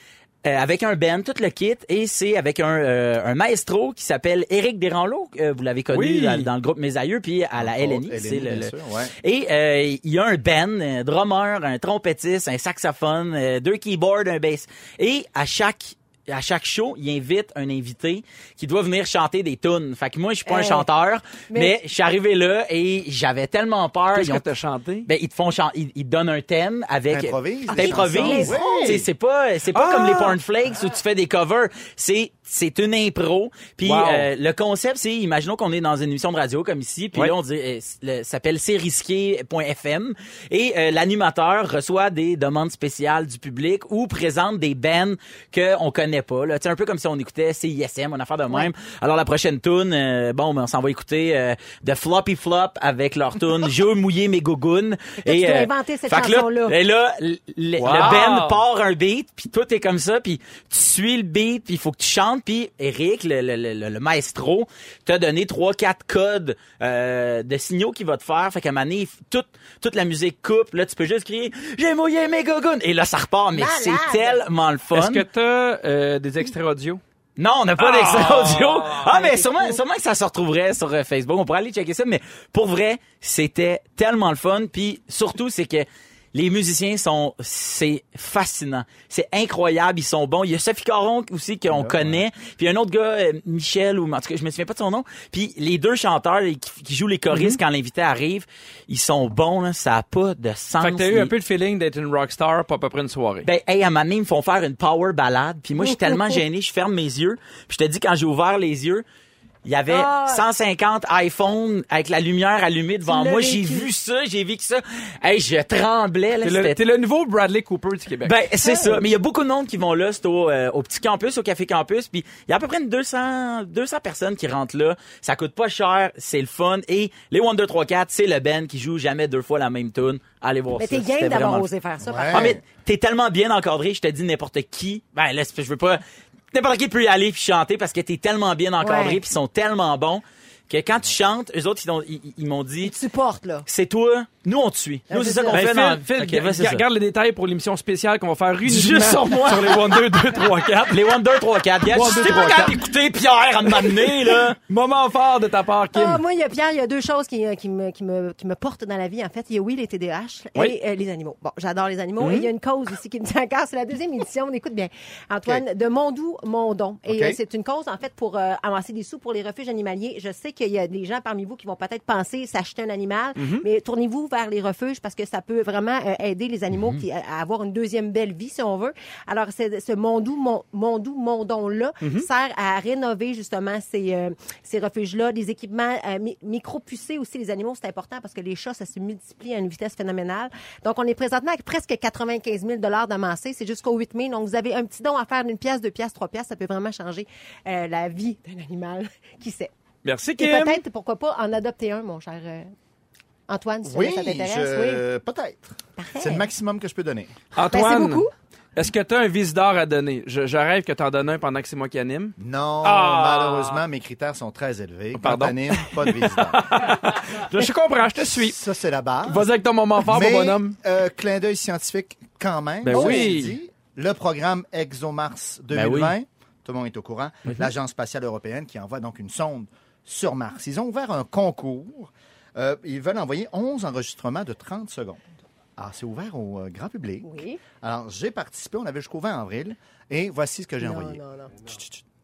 Speaker 4: Euh, avec un band, tout le kit, et c'est avec un, euh, un maestro qui s'appelle Éric Desranleau, euh, vous l'avez connu
Speaker 3: Oui.
Speaker 4: dans, dans le groupe Mes Aïeux, puis à la L N I.
Speaker 5: L N I,
Speaker 4: c'est le,
Speaker 5: bien
Speaker 4: le-
Speaker 5: sûr, ouais.
Speaker 4: Et euh, il y a un band, un drummer, un trompettiste, un saxophone, euh, deux keyboards, un bass. Et à chaque à chaque show, il invite un invité qui doit venir chanter des tunes. Fait que moi, je suis pas un
Speaker 6: Hey.
Speaker 4: chanteur, mais...
Speaker 6: Mais-
Speaker 4: je suis arrivé là et j'avais tellement peur.
Speaker 3: Qu'est-ce
Speaker 4: Ils
Speaker 3: que
Speaker 4: ont-
Speaker 3: t'as chanté?
Speaker 4: Ben, ils te font chanter, ils, ils te donnent un thème avec...
Speaker 5: T'improvises des
Speaker 4: T'improvises.
Speaker 5: chansons, oui.
Speaker 4: Tu sais, c'est pas, c'est pas
Speaker 3: Ah!
Speaker 4: comme les Cornflakes où tu fais des covers. C'est, c'est une impro. Puis
Speaker 3: Wow.
Speaker 4: euh, le concept, c'est, imaginons qu'on est dans une émission de radio comme ici, puis
Speaker 3: Ouais.
Speaker 4: là on dit, euh, le- ça s'appelle c'est risqué point f m et euh, l'animateur reçoit des demandes spéciales du public ou présente des bands que on connaît pas. Là, tu sais, un peu comme si on écoutait C I S M, une affaire de même. Alors la prochaine tune, euh, bon, ben, on s'en va écouter euh, de Floppy Flop avec leur tune Je veux mouiller mes gougounes.
Speaker 6: que tu dois inventer cette
Speaker 4: fait que là,
Speaker 6: chanson-là.
Speaker 4: et là, le, le-
Speaker 3: Wow.
Speaker 4: le band part un beat, puis tout est comme ça, puis tu suis le beat, puis il faut que tu chantes, puis Eric, le, le, le, le maestro, t'a donné trois, quatre codes euh, de signaux qu'il va te faire. Fait qu'à un moment donné, toute, toute la musique coupe. Là, tu peux juste crier « J'ai mouillé mes gougounes !» Et là, ça repart. Mais
Speaker 6: Malade.
Speaker 4: c'est tellement le fun.
Speaker 3: Est-ce que t'as euh, des extraits audio?
Speaker 4: Non, on n'a pas
Speaker 3: Ah!
Speaker 4: d'extrait audio. Ah, mais
Speaker 6: c'est
Speaker 4: sûrement,
Speaker 6: cool.
Speaker 4: sûrement que ça se retrouverait sur euh, Facebook. On pourrait aller checker ça. Mais pour vrai, c'était tellement le fun. Puis surtout, c'est que les musiciens sont, c'est fascinant. C'est incroyable. Ils sont bons. Il y a Sophie Caron aussi qu'on connaît. Puis il y a un autre gars, euh, Michel, ou en tout cas, je me souviens pas de son nom. Puis les deux chanteurs les- qui, qui jouent les choristes quand l'invité arrive, ils sont bons, là. Ça a pas de sens.
Speaker 3: Fait que t'as eu
Speaker 4: Ils-
Speaker 3: un peu le feeling d'être une rockstar pour à peu près une soirée.
Speaker 4: ben, hey, à un moment donné, ils me font faire une power ballade. Puis moi, je suis tellement gêné, je ferme mes yeux. Puis je te dis, quand j'ai ouvert les yeux, il y avait
Speaker 6: Ah.
Speaker 4: cent cinquante iPhones avec la lumière allumée devant
Speaker 6: l'as
Speaker 4: moi. J'ai
Speaker 6: vécu.
Speaker 4: vu ça, j'ai vécu ça. Hey, je tremblais, là.
Speaker 3: T'es le,
Speaker 4: C'était-
Speaker 3: t'es le nouveau Bradley Cooper du Québec.
Speaker 4: Ben, c'est ça. Mais il y a beaucoup de monde qui vont là. C'est au, euh, au petit campus, au Café Campus. Puis il y a à peu près une deux cents, deux cents personnes qui rentrent là. Ça coûte pas cher. C'est le fun. Et les un deux trois quatre, c'est le band qui joue jamais deux fois la même tune. Allez voir
Speaker 6: Mais
Speaker 4: ça.
Speaker 6: t'es
Speaker 4: C'était
Speaker 6: game d'avoir
Speaker 4: vraiment
Speaker 6: osé faire ça. par
Speaker 5: Ouais.
Speaker 4: ah, mais t'es tellement bien encadré, je te dis n'importe qui. Ben, là, c'est- je veux pas, n'importe qui peut y aller puis chanter parce que t'es tellement bien encadré
Speaker 6: Ouais.
Speaker 4: puis ils sont tellement bons que quand tu chantes, eux autres, ils, ont- ils- ils m'ont dit,
Speaker 6: Tu portes, là.
Speaker 4: c'est toi, nous on te suit. Nous,
Speaker 6: Ah,
Speaker 4: c'est
Speaker 6: c'est
Speaker 4: ça
Speaker 6: ça.
Speaker 4: qu'on
Speaker 3: Ben,
Speaker 4: fait
Speaker 3: Phil,
Speaker 4: dans...
Speaker 3: Phil,
Speaker 4: Ok,
Speaker 3: ga-
Speaker 4: vas-y, c'est
Speaker 3: ga-
Speaker 4: ça.
Speaker 3: garde les détails pour l'émission spéciale qu'on va faire uniquement
Speaker 4: Juste sur moi.
Speaker 3: sur les Wonder deux, trois, quatre.
Speaker 4: Les un deux trois quatre, gars,
Speaker 3: One,
Speaker 4: je
Speaker 3: deux,
Speaker 4: sais
Speaker 3: trois,
Speaker 4: pas
Speaker 3: quatre.
Speaker 4: quand écouter Pierre à m'amener, là.
Speaker 3: Moment fort de ta part, Kim.
Speaker 6: Ah, moi, il y a Pierre, il y a deux choses qui, euh, qui, me, qui, me, qui me portent dans la vie. En fait, il y a oui, les T D A H
Speaker 3: Oui.
Speaker 6: et euh, les animaux. Bon, j'adore les animaux. Et il y a une cause ici qui me tient à cœur. C'est la deuxième édition. On écoute bien. Antoine,
Speaker 5: OK.
Speaker 6: de Mondou, Mondon. Et
Speaker 5: OK.
Speaker 6: euh, c'est une cause, en fait, pour euh, amasser des sous pour les refuges animaliers. Je sais qu'il y a des gens parmi vous qui vont peut-être penser s'acheter un animal, mais tournez-vous vers les refuges parce que ça peut vraiment euh, aider les animaux qui, à, à avoir une deuxième belle vie, si on veut. Alors, c'est, ce Mondou, Mon- Mondou, Mondon-là sert à rénover, justement, ces, euh, ces refuges-là, des équipements euh, mi- micro-pucés aussi, les animaux, c'est important parce que les chats, ça se multiplie à une vitesse phénoménale. Donc, on est présentement avec presque quatre-vingt-quinze mille d'amassés. C'est jusqu'au huit mai. Donc, vous avez un petit don à faire d'une pièce, deux pièces, trois pièces. Ça peut vraiment changer euh, la vie d'un animal. Qui sait?
Speaker 3: Merci,
Speaker 6: Et
Speaker 3: Kim.
Speaker 6: peut-être, pourquoi pas, en adopter un, mon cher euh, Antoine, si
Speaker 5: Oui,
Speaker 6: ça t'intéresse.
Speaker 5: je... peut-être.
Speaker 6: Parfait.
Speaker 5: C'est le maximum que je peux donner.
Speaker 3: Antoine,
Speaker 6: Merci beaucoup.
Speaker 3: est-ce que tu as un visiteur à donner? Je, je rêve que tu en donnes un pendant que c'est moi qui anime.
Speaker 5: Non,
Speaker 3: Ah!
Speaker 5: malheureusement, mes critères sont très élevés. Quand
Speaker 3: Pardon?
Speaker 5: t'animes, pas de visiteur.
Speaker 3: Je, je comprends, je te suis.
Speaker 5: Ça, c'est la base.
Speaker 3: Vas-y avec ton moment fort,
Speaker 5: Mais,
Speaker 3: mon bonhomme.
Speaker 5: euh, clin d'œil scientifique quand même.
Speaker 3: Ben
Speaker 5: Ceci
Speaker 3: oui.
Speaker 5: dit, le programme ExoMars deux mille vingt,
Speaker 4: Ben oui.
Speaker 5: tout le monde est au courant, l'Agence spatiale européenne qui envoie donc une sonde sur Mars. Ils ont ouvert un concours. Euh, ils veulent envoyer onze enregistrements de trente secondes. Alors, c'est ouvert au euh, grand public.
Speaker 6: Oui.
Speaker 5: Alors, j'ai participé, on avait jusqu'au vingt avril, et voici ce que j'ai
Speaker 6: Non,
Speaker 5: envoyé.
Speaker 6: non, non.
Speaker 5: Chut, chut, chut.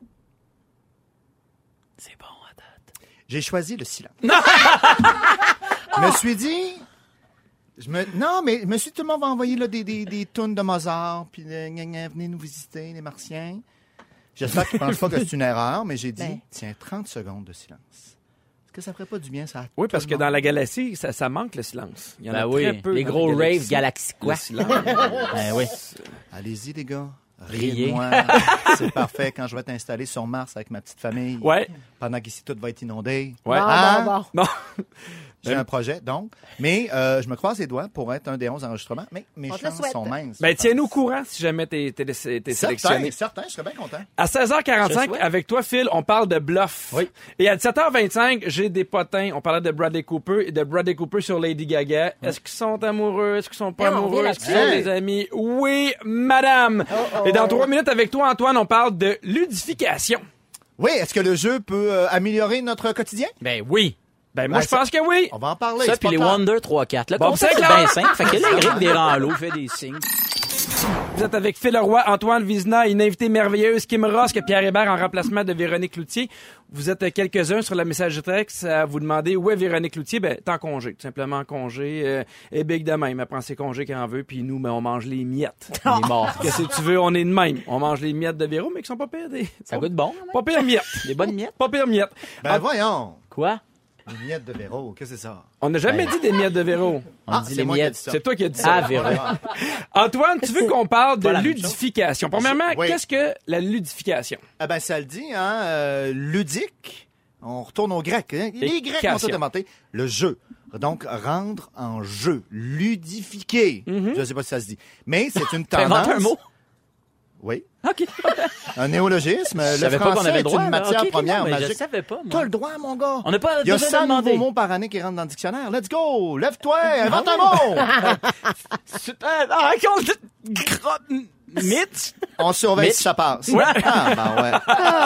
Speaker 4: C'est bon, à date.
Speaker 5: J'ai choisi le silence. Je me suis dit... Je me, non, mais je me suis dit, tout le monde va envoyer là, des, des, des tunes de Mozart, puis euh, gna, gna, venez nous visiter, les Martiens. J'espère qu'ils ne pensent pas que c'est une erreur, mais j'ai dit,
Speaker 6: Ben.
Speaker 5: tiens, trente secondes de silence. Est-ce que ça ferait pas du bien, ça? à
Speaker 3: Oui,
Speaker 5: tout
Speaker 3: parce
Speaker 5: le
Speaker 3: que
Speaker 5: monde?
Speaker 3: dans la galaxie, ça, ça manque le silence. Il y en
Speaker 4: Ben
Speaker 3: a
Speaker 4: oui,
Speaker 3: très peu.
Speaker 4: les
Speaker 3: dans
Speaker 4: gros
Speaker 3: la
Speaker 4: raves
Speaker 3: galaxie.
Speaker 4: Galaxy
Speaker 3: Le
Speaker 4: quoi.
Speaker 3: silence.
Speaker 4: Ben oui.
Speaker 5: Allez-y, les gars.
Speaker 4: Riez.
Speaker 5: Riez de moi. C'est parfait quand je vais t'installer sur Mars avec ma petite famille.
Speaker 3: Ouais,
Speaker 5: Pendant qu'ici, tout va être inondé.
Speaker 3: ouais.
Speaker 6: Bon,
Speaker 5: Ah!
Speaker 6: bon, bon.
Speaker 3: Non.
Speaker 5: J'ai J'ai un projet, donc. Mais euh, je me croise les doigts pour être un des onze enregistrements. Mais mes
Speaker 6: On te
Speaker 5: chances
Speaker 6: le souhaite.
Speaker 5: sont minces.
Speaker 3: Ben, tiens-nous au courant si jamais t'es, t'es, t'es, t'es sélectionné.
Speaker 5: Certain, certain, je serais bien content.
Speaker 3: À seize heures
Speaker 4: Je
Speaker 3: quarante-cinq,
Speaker 4: souhaite.
Speaker 3: avec toi, Phil, on parle de bluff.
Speaker 4: Oui.
Speaker 3: Et à dix-sept heures vingt-cinq, j'ai des potins. On parlait de Bradley Cooper et de Bradley Cooper sur Lady Gaga. Est-ce qu'ils sont amoureux? Est-ce qu'ils sont pas
Speaker 6: Eh, on
Speaker 3: amoureux?
Speaker 6: vient
Speaker 3: Est-ce qu'ils
Speaker 5: là-dessus.
Speaker 3: sont
Speaker 5: Hey.
Speaker 3: des amis? Oui, madame.
Speaker 6: oh.
Speaker 3: Et dans trois minutes avec toi, Antoine, on parle de ludification.
Speaker 5: Oui, est-ce que le jeu peut euh, améliorer notre quotidien?
Speaker 3: Ben oui. Ben moi,
Speaker 5: Ben,
Speaker 3: je
Speaker 5: ça-
Speaker 3: pense que oui.
Speaker 5: On va en parler.
Speaker 4: Ça,
Speaker 5: c'est
Speaker 4: puis
Speaker 5: pas
Speaker 4: les
Speaker 5: clair.
Speaker 4: Wonder trois quatre. Le
Speaker 3: Bon,
Speaker 4: concept,
Speaker 3: c'est
Speaker 4: c'est
Speaker 3: clair.
Speaker 4: bien simple. Fait que là, Eric Desrands-L'eau fait des signes.
Speaker 3: Vous êtes avec Phil Leroy, Antoine Vizina, une invitée merveilleuse, Kim Ross, que Pierre Hébert en remplacement de Véronique Loutier. Vous êtes quelques-uns sur la messagerie texte à vous demander où est Véronique Loutier. Ben, t'es en congé, tout simplement en congé. Euh, et Big de même, elle prend ses congés quand elle veut, puis nous, ben, on mange les miettes.
Speaker 4: Il est mort.
Speaker 3: Qu'est-ce que tu veux, on est de même. On mange les miettes de Véro, mais qui sont pas pires des...
Speaker 4: Ça goûte bon, hein?
Speaker 3: Pas pires miettes.
Speaker 4: Des bonnes miettes.
Speaker 3: Pas pires miettes.
Speaker 5: Ben
Speaker 3: Ah,
Speaker 5: voyons.
Speaker 4: Quoi?
Speaker 5: Les miettes de Véro, qu'est-ce que c'est ça?
Speaker 3: on n'a jamais
Speaker 4: Ben.
Speaker 3: dit des miettes de Véro.
Speaker 4: On
Speaker 5: Ah,
Speaker 4: dit
Speaker 5: c'est
Speaker 4: les
Speaker 5: moi qui ai
Speaker 4: miettes.
Speaker 5: dit ça.
Speaker 3: C'est toi qui as dit ça.
Speaker 4: Ah, Véro.
Speaker 3: Antoine, tu veux qu'on parle de
Speaker 4: Pas la même
Speaker 3: ludification. Premièrement,
Speaker 5: Oui.
Speaker 3: qu'est-ce que la ludification?
Speaker 5: Ah ben ça le dit, hein, euh, ludique. On retourne au grec. Hein? Les Grecs ont tout
Speaker 3: Cation.
Speaker 5: inventé. Le jeu. Donc, rendre en jeu. Ludifier. Je ne sais pas si ça se dit. Mais c'est une tendance.
Speaker 4: T'inventes un mot?
Speaker 5: Oui.
Speaker 4: OK.
Speaker 5: Un néologisme.
Speaker 4: Je
Speaker 5: Le
Speaker 4: savais pas qu'on
Speaker 5: français
Speaker 4: avait
Speaker 5: est
Speaker 4: le droit.
Speaker 5: une
Speaker 4: là.
Speaker 5: matière
Speaker 4: Ok, ok,
Speaker 5: première
Speaker 4: non, mais
Speaker 5: magique.
Speaker 4: Je savais pas, moi.
Speaker 5: T'as le droit, mon gars.
Speaker 4: On n'a pas
Speaker 5: Il y a
Speaker 4: besoin de
Speaker 5: cent
Speaker 4: demander.
Speaker 5: nouveaux mots par année qui rentrent dans le dictionnaire. Let's go! Lève-toi! Invente un mot!
Speaker 3: C'est un raconte de mythe.
Speaker 5: On surveille
Speaker 4: Mitch.
Speaker 5: si ça passe.
Speaker 3: Ouais.
Speaker 5: Ah, ben ouais.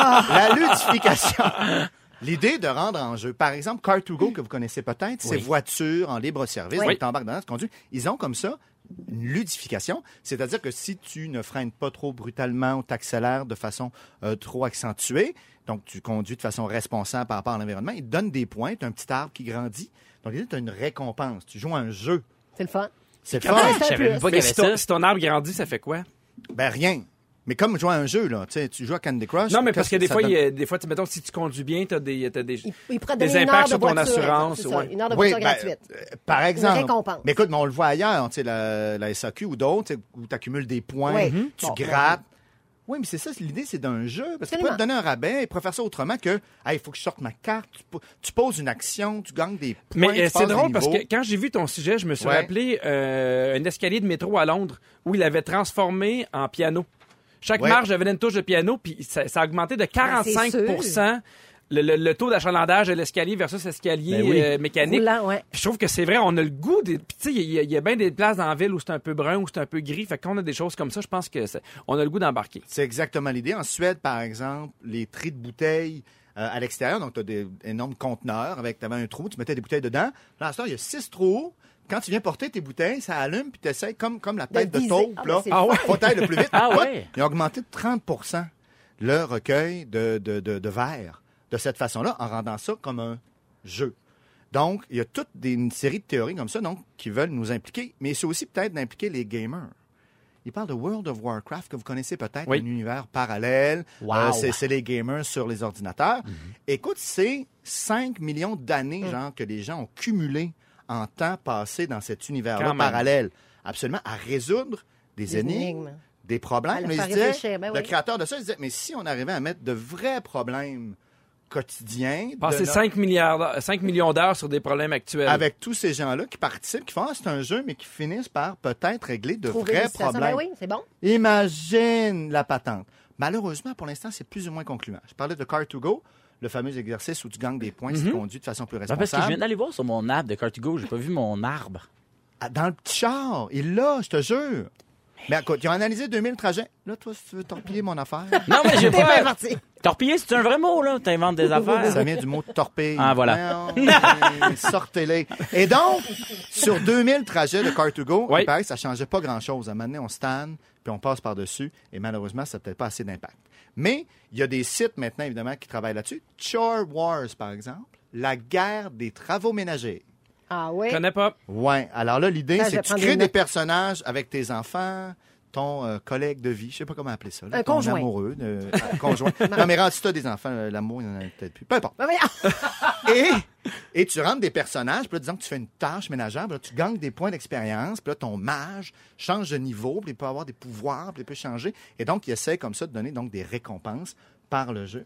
Speaker 5: La ludification. L'idée de rendre en jeu. Par exemple, car to go que vous connaissez peut-être, ces
Speaker 4: Oui.
Speaker 5: voitures en libre-service,
Speaker 6: Oui.
Speaker 5: donc t'embarques dedans, tu conduis. Ils ont comme ça une ludification, c'est-à-dire que si tu ne freines pas trop brutalement ou t'accélères de façon euh, trop accentuée, donc tu conduis de façon responsable par rapport à l'environnement, ils te donnent des points, tu as un petit arbre qui grandit. Donc, l'idée, tu as une récompense. Tu joues à un jeu.
Speaker 6: C'est le fun.
Speaker 5: C'est le
Speaker 6: Ah,
Speaker 5: fun.
Speaker 6: c'est un
Speaker 4: Je savais
Speaker 6: plus.
Speaker 4: même pas qu'il y
Speaker 3: Mais
Speaker 4: avait
Speaker 3: si ton,
Speaker 4: ça.
Speaker 3: si ton arbre grandit, ça fait quoi?
Speaker 5: Ben, rien. Mais comme jouer à un jeu, là, tu sais, tu joues à Candy Crush.
Speaker 3: Non, mais parce que
Speaker 5: qu'est-ce
Speaker 3: des
Speaker 5: ça
Speaker 3: fois,
Speaker 5: donne?
Speaker 3: il y a- des fois, tu, mettons, si tu conduis bien, t'as des, t'as des,
Speaker 6: Il, il pourrait
Speaker 3: des
Speaker 6: donner une
Speaker 3: impacts
Speaker 6: heure
Speaker 3: sur
Speaker 6: de
Speaker 3: ton
Speaker 6: voiture,
Speaker 3: assurance.
Speaker 6: c'est ça,
Speaker 3: Ouais.
Speaker 6: une heure de
Speaker 5: Oui,
Speaker 6: voiture
Speaker 5: ben,
Speaker 6: gratuite.
Speaker 5: euh, par exemple.
Speaker 6: récompense.
Speaker 5: Mais écoute, mais on le voit ailleurs, tu sais, la, la S A Q ou d'autres, tu sais, où tu accumules des points,
Speaker 6: Oui.
Speaker 5: Mhm. tu
Speaker 6: Bon,
Speaker 5: grattes. Oui, mais c'est ça, c'est l'idée, c'est d'un jeu. Parce qu'il peut te
Speaker 6: Absolument.
Speaker 5: donner un rabais, il pourrait faire ça autrement que, hey, il faut que je sorte ma carte, tu, po- tu poses une action, tu gagnes des points.
Speaker 3: Mais
Speaker 5: tu
Speaker 3: euh,
Speaker 5: passes
Speaker 3: c'est
Speaker 5: des
Speaker 3: drôle parce
Speaker 5: niveaux.
Speaker 3: que quand j'ai vu ton sujet, je me suis
Speaker 5: Ouais.
Speaker 3: rappelé euh, un escalier de métro à Londres où il avait transformé en piano. Chaque
Speaker 5: Ouais.
Speaker 3: marche avait une touche de piano, puis ça, ça a augmenté de quarante-cinq pour cent le, le, le taux d'achalandage de l'escalier versus l'escalier
Speaker 4: Ben oui.
Speaker 3: euh, mécanique.
Speaker 6: Roulant, ouais.
Speaker 3: Puis je trouve que c'est vrai, on a le goût des. Puis tu sais, il y, a- il y a bien des places dans la ville où c'est un peu brun, où c'est un peu gris. Fait qu'on a des choses comme ça, je pense que c'est- on a le goût d'embarquer.
Speaker 5: C'est exactement l'idée. En Suède, par exemple, les tris de bouteilles euh, à l'extérieur, donc tu as des énormes conteneurs avec t'avais un trou, tu mettais des bouteilles dedans. Là, à ce temps, il y a six trous. Quand tu viens porter tes bouteilles, ça allume, puis tu essaies comme, comme la tête de,
Speaker 6: viser.
Speaker 5: taupe,
Speaker 6: Ah,
Speaker 5: là.
Speaker 6: ben, c'est
Speaker 3: Ah ouais?
Speaker 5: Faut tailler le plus vite.
Speaker 4: Ah
Speaker 5: Écoute,
Speaker 4: ouais?
Speaker 5: Ils ont augmenté de trente pour cent le recueil de, de, de, de verre de cette façon-là, en rendant ça comme un jeu. Donc, il y a toute des, une série de théories comme ça donc, qui veulent nous impliquer, mais c'est aussi peut-être d'impliquer les gamers. Il parle de World of Warcraft, que vous connaissez peut-être,
Speaker 3: Oui.
Speaker 5: un univers parallèle.
Speaker 4: Wow.
Speaker 5: Euh, c'est, c'est les gamers sur les ordinateurs. Écoute, c'est cinq millions d'années, genre, que les gens ont cumulé en temps passé dans cet univers-là
Speaker 3: Quand même.
Speaker 5: parallèle. Absolument, à résoudre des,
Speaker 6: Des
Speaker 5: énigmes,
Speaker 6: énigmes.
Speaker 5: des problèmes.
Speaker 6: À le
Speaker 5: Mais il
Speaker 6: faire
Speaker 5: se disait,
Speaker 6: réfléchir, ben
Speaker 5: le
Speaker 6: oui.
Speaker 5: créateur de ça, il disait, mais si on arrivait à mettre de vrais problèmes quotidiens, de
Speaker 3: Passer
Speaker 5: notre-
Speaker 3: cinq milliards d'heures- cinq millions d'heures sur des problèmes actuels.
Speaker 5: avec tous ces gens-là qui participent, qui font, ah, c'est un jeu, mais qui finissent par peut-être régler de
Speaker 6: Trouver
Speaker 5: vrais
Speaker 6: des situations.
Speaker 5: problèmes.
Speaker 6: Ben oui, c'est bon.
Speaker 5: Imagine la patente. Malheureusement, pour l'instant, c'est plus ou moins concluant. Je parlais de Car to Go, le fameux exercice où tu gagnes des points si tu conduis de façon plus
Speaker 4: Ben, parce que je
Speaker 5: responsable.
Speaker 4: viens d'aller voir sur mon app de Cartigo, j'ai pas vu mon arbre.
Speaker 5: Ah, dans le petit char, il l'a, je te jure. Mais écoute, ils ont analysé deux mille trajets. Là, toi, si tu veux torpiller mon affaire,
Speaker 4: Non, mais j'ai
Speaker 6: T'es bien
Speaker 4: pas.
Speaker 6: parti.
Speaker 4: Torpiller, c'est un vrai mot, là. T'inventes des affaires.
Speaker 5: ça vient du mot torpille.
Speaker 4: Ah, voilà.
Speaker 5: Non, sortez-les. Et donc, sur deux mille trajets de Car to Go,
Speaker 3: Oui.
Speaker 5: il paraît que ça changeait pas grand-chose. À un moment donné, on stanne, puis on passe par-dessus, et malheureusement, ça n'a peut-être pas assez d'impact. Mais il y a des sites maintenant, évidemment, qui travaillent là-dessus. Chore Wars, par exemple, la guerre des travaux ménagers.
Speaker 6: Ah oui.
Speaker 3: Je connais pas.
Speaker 5: Ouais. Alors là, l'idée,
Speaker 6: Ah, je
Speaker 5: c'est
Speaker 6: vais
Speaker 5: que tu
Speaker 6: prendre
Speaker 5: crées
Speaker 6: des
Speaker 5: des
Speaker 6: notes.
Speaker 5: personnages avec tes enfants, ton euh, collègue de vie, je sais pas comment appeler ça. là,
Speaker 6: Un
Speaker 5: ton
Speaker 6: conjoint.
Speaker 5: amoureux, de- un conjoint. Non, mais rendu ça des enfants, euh, l'amour, il y en a peut-être plus. Peu importe.
Speaker 6: Ben voyons.
Speaker 5: Et, et tu rentres des personnages, puis là, disons que tu fais une tâche ménagère, puis là, tu gagnes des points d'expérience, puis là, ton mage change de niveau, puis il peut avoir des pouvoirs, puis il peut changer. Et donc, il essaie comme ça de donner donc des récompenses par le jeu.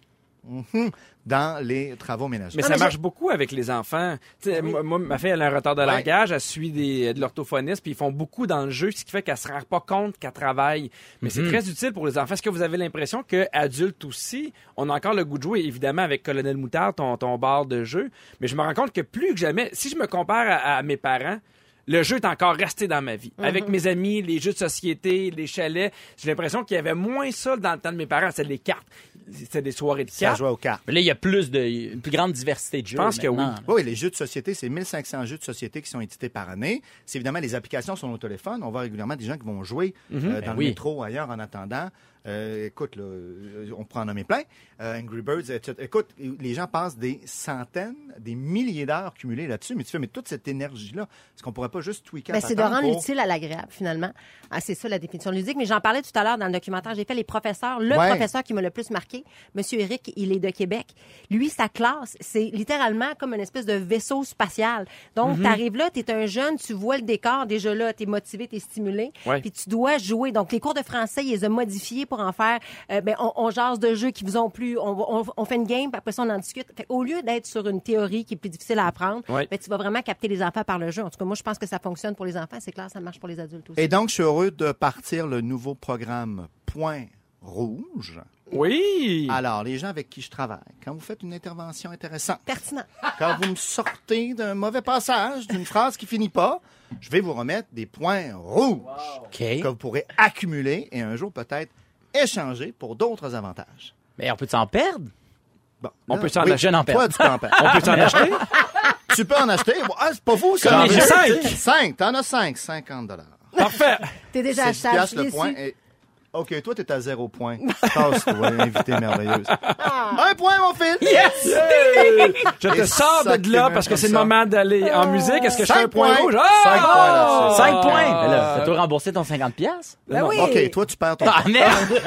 Speaker 5: mm-hmm, dans les travaux ménagers.
Speaker 3: Mais
Speaker 6: Non,
Speaker 3: ça
Speaker 6: mais
Speaker 3: marche
Speaker 6: j'ai-
Speaker 3: beaucoup avec les enfants. Tu sais, moi, moi, ma fille, elle a un retard de
Speaker 5: Ouais.
Speaker 3: langage, elle suit des, de l'orthophoniste, puis ils font beaucoup dans le jeu, ce qui fait qu'elle se rend pas compte qu'elle travaille. Mais c'est très utile pour les enfants. Est-ce que vous avez l'impression qu'adultes aussi, on a encore le goût de jouer, évidemment, avec Colonel Moutard, ton, ton bar de jeu, mais je me rends compte que plus que jamais, si je me compare à, à mes parents, le jeu est encore resté dans ma vie.
Speaker 6: Mm-hmm.
Speaker 3: Avec mes amis, les jeux de société, les chalets, j'ai l'impression qu'il y avait moins ça dans le temps de mes parents. C'était les cartes. C'était des soirées de
Speaker 5: Ça
Speaker 3: cartes.
Speaker 5: joue aux cartes.
Speaker 4: Mais là, il y a plus de, une plus grande diversité de jeux.
Speaker 3: Je pense que
Speaker 4: maintenant.
Speaker 5: Oui, les jeux de société, c'est mille cinq cents jeux de société qui sont édités par année. C'est évidemment les applications sur nos téléphones. On voit régulièrement des gens qui vont jouer euh, dans
Speaker 4: Ben
Speaker 5: le
Speaker 4: oui.
Speaker 5: métro ou ailleurs en attendant. Euh, écoute, là, euh, on peut en nommer plein. Euh, Angry Birds, et cetera. Écoute, les gens passent des centaines, des milliers d'heures cumulées là-dessus. Mais tu fais, mais toute cette énergie-là, est-ce qu'on pourrait pas juste tweaker
Speaker 6: Ben,
Speaker 5: la
Speaker 6: c'est de
Speaker 5: patente
Speaker 6: rendre
Speaker 5: pour-
Speaker 6: l'utile à l'agréable, finalement. Ah, c'est ça, la définition de ludique. Mais j'en parlais tout à l'heure dans le documentaire. J'ai fait les professeurs. Le
Speaker 5: Ouais.
Speaker 6: professeur qui m'a le plus marqué, Monsieur Eric, il est de Québec. Lui, sa classe, c'est littéralement comme une espèce de vaisseau spatial. Donc, tu arrives là, tu es un jeune, tu vois le décor. Déjà là, tu es motivé, tu es stimulé.
Speaker 3: Ouais.
Speaker 6: Puis tu dois jouer. Donc, les cours de français, ils les ont modifiés pour en faire... euh, ben, on, on jase de jeux qui vous ont plu. On, on, on fait une game, puis après ça, on en discute. Fait, au lieu d'être sur une théorie qui est plus difficile à apprendre,
Speaker 3: Ouais.
Speaker 6: ben, tu vas vraiment capter les enfants par le jeu. En tout cas, moi, je pense que ça fonctionne pour les enfants. C'est clair, ça marche pour les adultes aussi.
Speaker 5: Et donc, je suis heureux de partir le nouveau programme Point Rouge.
Speaker 3: Oui!
Speaker 5: Alors, les gens avec qui je travaille, quand vous faites une intervention intéressante,
Speaker 6: Pertinent.
Speaker 5: quand vous me sortez d'un mauvais passage, d'une phrase qui finit pas, je vais vous remettre des points rouges
Speaker 4: OK.
Speaker 5: que vous pourrez accumuler et un jour peut-être échanger pour d'autres avantages.
Speaker 4: Mais on peut s'en perdre?
Speaker 5: Bon,
Speaker 3: On
Speaker 5: là,
Speaker 3: peut s'en
Speaker 5: oui,
Speaker 3: acheter.
Speaker 4: en
Speaker 5: Toi, tu peux en perdre.
Speaker 3: On peut s'en acheter?
Speaker 5: Tu peux en acheter. Bon, ah, c'est pas vous, ça.
Speaker 3: J'en ai
Speaker 5: veux
Speaker 3: cinq.
Speaker 5: dire. Cinq. T'en as cinq. cinquante dollars.
Speaker 3: Parfait!
Speaker 6: T'es déjà
Speaker 5: C'est
Speaker 6: acheté.
Speaker 5: piastres le point. Et... OK, toi, t'es à zéro point. Passe-toi, invité merveilleuse. Un point, mon fils!
Speaker 3: Yes! Je te
Speaker 5: Et
Speaker 3: sors
Speaker 5: ça
Speaker 3: de là
Speaker 5: qui
Speaker 3: parce que
Speaker 5: me
Speaker 3: c'est le
Speaker 5: ça.
Speaker 3: moment d'aller en musique. Est-ce que je fais un
Speaker 5: Cinq
Speaker 3: point
Speaker 5: points.
Speaker 3: rouge?
Speaker 5: Cinq points là-dessus.
Speaker 4: Cinq points!
Speaker 3: Ah!
Speaker 4: Mais là, fais-toi rembourser ton cinquante piastres.
Speaker 6: Ben oui.
Speaker 5: OK, toi, tu perds ton
Speaker 4: Ah, merde!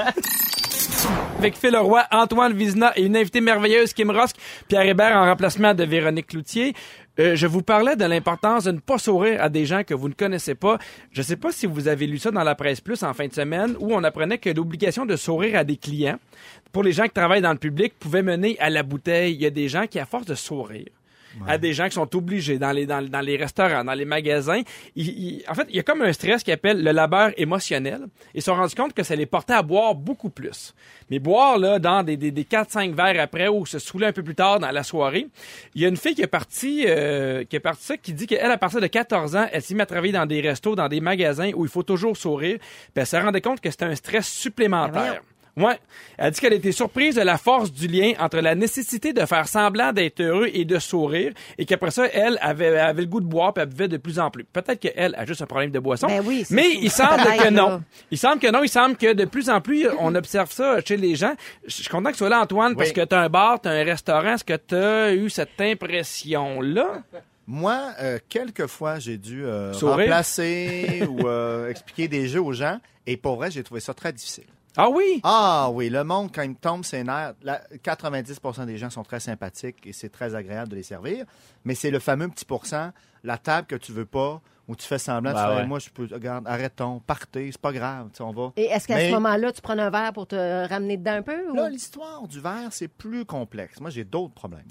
Speaker 3: Avec Phil Leroy, Antoine Vizina et une invitée merveilleuse, Kim Rosk, Pierre Hébert en remplacement de Véronique Cloutier. Euh, je vous parlais de l'importance de ne pas sourire à des gens que vous ne connaissez pas. Je ne sais pas si vous avez lu ça dans la Presse Plus en fin de semaine, où on apprenait que l'obligation de sourire à des clients, pour les gens qui travaillent dans le public, pouvait mener à la bouteille. Il y a des gens qui, à force de sourire, à des gens qui sont obligés dans les dans, dans les restaurants, dans les magasins. Ils, ils- en fait, il y a comme un stress qui appelle le labeur émotionnel. Ils se sont rendus compte que ça les portait à boire beaucoup plus. Mais boire là dans des, des, des quatre cinq verres après ou se saouler un peu plus tard dans la soirée. Il y a une fille qui est partie euh, qui est partie ça, qui dit qu'elle, à partir de quatorze ans, elle s'est mise à travailler dans des restos, dans des magasins où il faut toujours sourire. Puis elle se rendait compte que c'était un stress
Speaker 6: Ben
Speaker 3: supplémentaire.
Speaker 6: voyons.
Speaker 3: Ouais. Elle dit qu'elle a été surprise de la force du lien entre la nécessité de faire semblant d'être heureux et de sourire, et qu'après ça, elle avait, avait le goût de boire, puis elle buvait de plus en plus. Peut-être qu'elle a juste un problème de boisson.
Speaker 6: Ben oui, c'est
Speaker 3: mais
Speaker 6: ça.
Speaker 3: il semble
Speaker 6: Peut-être,
Speaker 3: que non.
Speaker 6: là.
Speaker 3: Il semble que non. Il semble que de plus en plus, on observe ça chez les gens. Je suis content que tu sois là, Antoine, parce
Speaker 5: Oui.
Speaker 3: que tu as un bar, tu as un restaurant. Est-ce que tu as eu cette impression-là?
Speaker 5: Moi, euh, quelques fois, j'ai dû euh,
Speaker 3: Sourire.
Speaker 5: remplacer ou euh, expliquer des jeux aux gens. Et pour vrai, j'ai trouvé ça très difficile.
Speaker 3: Ah oui?
Speaker 5: Ah oui, le monde, quand il me tombe ses nerfs, la- quatre-vingt-dix pour cent des gens sont très sympathiques et c'est très agréable de les servir. Mais c'est le fameux petit pourcent, la table que tu veux pas, où tu fais semblant,
Speaker 4: Ben
Speaker 5: tu fais,
Speaker 4: ouais.
Speaker 5: moi, je peux, regarde, arrêtons, partez, c'est pas grave, tu sais, on va.
Speaker 6: Et est-ce qu'à
Speaker 5: Mais-
Speaker 6: ce moment-là, tu prends un verre pour te ramener dedans un peu? Ou...
Speaker 5: Là, l'histoire du verre, c'est plus complexe. Moi, j'ai d'autres problèmes.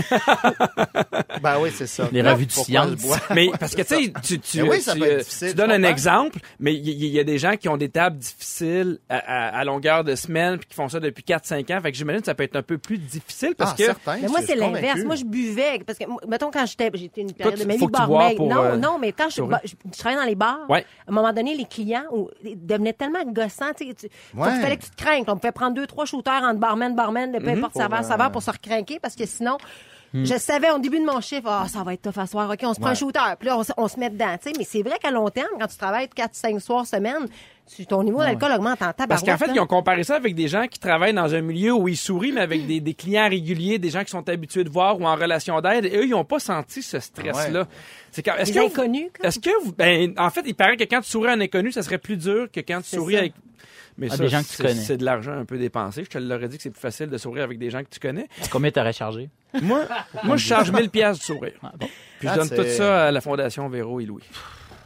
Speaker 5: Ben oui, c'est ça.
Speaker 4: Les revues de
Speaker 5: Pourquoi
Speaker 4: science.
Speaker 5: je bois?
Speaker 3: Mais parce que tu sais, tu, tu,
Speaker 5: Mais oui, ça
Speaker 3: tu,
Speaker 5: peut être
Speaker 3: euh,
Speaker 5: difficile,
Speaker 3: tu donnes
Speaker 5: je
Speaker 3: un
Speaker 5: comprends.
Speaker 3: exemple, mais il y, il y a des gens qui ont des tables difficiles à, à- à longueur de semaine puis qui font ça depuis quatre cinq ans. Fait que j'imagine que ça peut être un peu plus difficile parce
Speaker 5: Ah,
Speaker 3: que
Speaker 5: certain,
Speaker 6: Mais moi,
Speaker 5: je
Speaker 6: c'est
Speaker 5: suis
Speaker 6: l'inverse.
Speaker 5: convaincu.
Speaker 6: Moi, je buvais. Parce que, moi, mettons, quand j'étais, j'étais une période
Speaker 3: tu-
Speaker 6: de ma vie
Speaker 3: faut que tu bois
Speaker 6: barmaid.
Speaker 3: pour,
Speaker 6: Non,
Speaker 3: euh,
Speaker 6: non, mais quand je,
Speaker 3: sourire.
Speaker 6: je, je travaillais dans les bars,
Speaker 3: Ouais.
Speaker 6: à un moment donné, les clients ou, devenaient tellement gossants. Tu sais, tu- faut
Speaker 5: Ouais.
Speaker 6: qu'il fallait que tu te craignes. On pouvait prendre deux, trois shooters entre barman, barman, de peu importe
Speaker 5: Pour,
Speaker 6: saveur,
Speaker 5: euh,
Speaker 6: saveur pour se recrinquer parce que sinon. Je savais au début de mon chiffre, ah, ça va être tough à soir. OK, on se prend
Speaker 5: Ouais.
Speaker 6: un shooter. Puis là, on, se- on se met dedans. Tu sais, mais c'est vrai qu'à long terme, quand tu travailles quatre cinq soirs semaine, tu- ton niveau d'alcool augmente en tabarouette.
Speaker 3: Parce qu'en fait,
Speaker 6: là.
Speaker 3: ils ont comparé ça avec des gens qui travaillent dans un milieu où ils sourient, mais avec des, des clients réguliers, des gens qui sont habitués de voir ou en relation d'aide. Et eux, ils n'ont pas senti ce stress-là.
Speaker 5: Ouais.
Speaker 3: C'est quand, est-ce
Speaker 6: Les
Speaker 3: que
Speaker 6: inconnus,
Speaker 3: vous, est-ce que vous, ben, en fait, il paraît que quand tu souris à un inconnu, ça serait plus dur que quand tu
Speaker 6: C'est
Speaker 3: souris
Speaker 6: ça.
Speaker 3: avec. Mais
Speaker 4: Ah,
Speaker 3: ça,
Speaker 4: des gens que tu
Speaker 3: c'est-
Speaker 4: connais.
Speaker 3: c'est de l'argent un peu dépensé. Je te l'aurais dit que c'est plus facile de sourire avec des gens que tu connais.
Speaker 4: Combien t'aurais chargé?
Speaker 3: Moi, moi, je charge mille piastres de sourire.
Speaker 4: Ah, bon.
Speaker 3: Puis je
Speaker 5: Ah,
Speaker 3: donne
Speaker 5: c'est-
Speaker 3: tout ça à la Fondation Véro et Louis.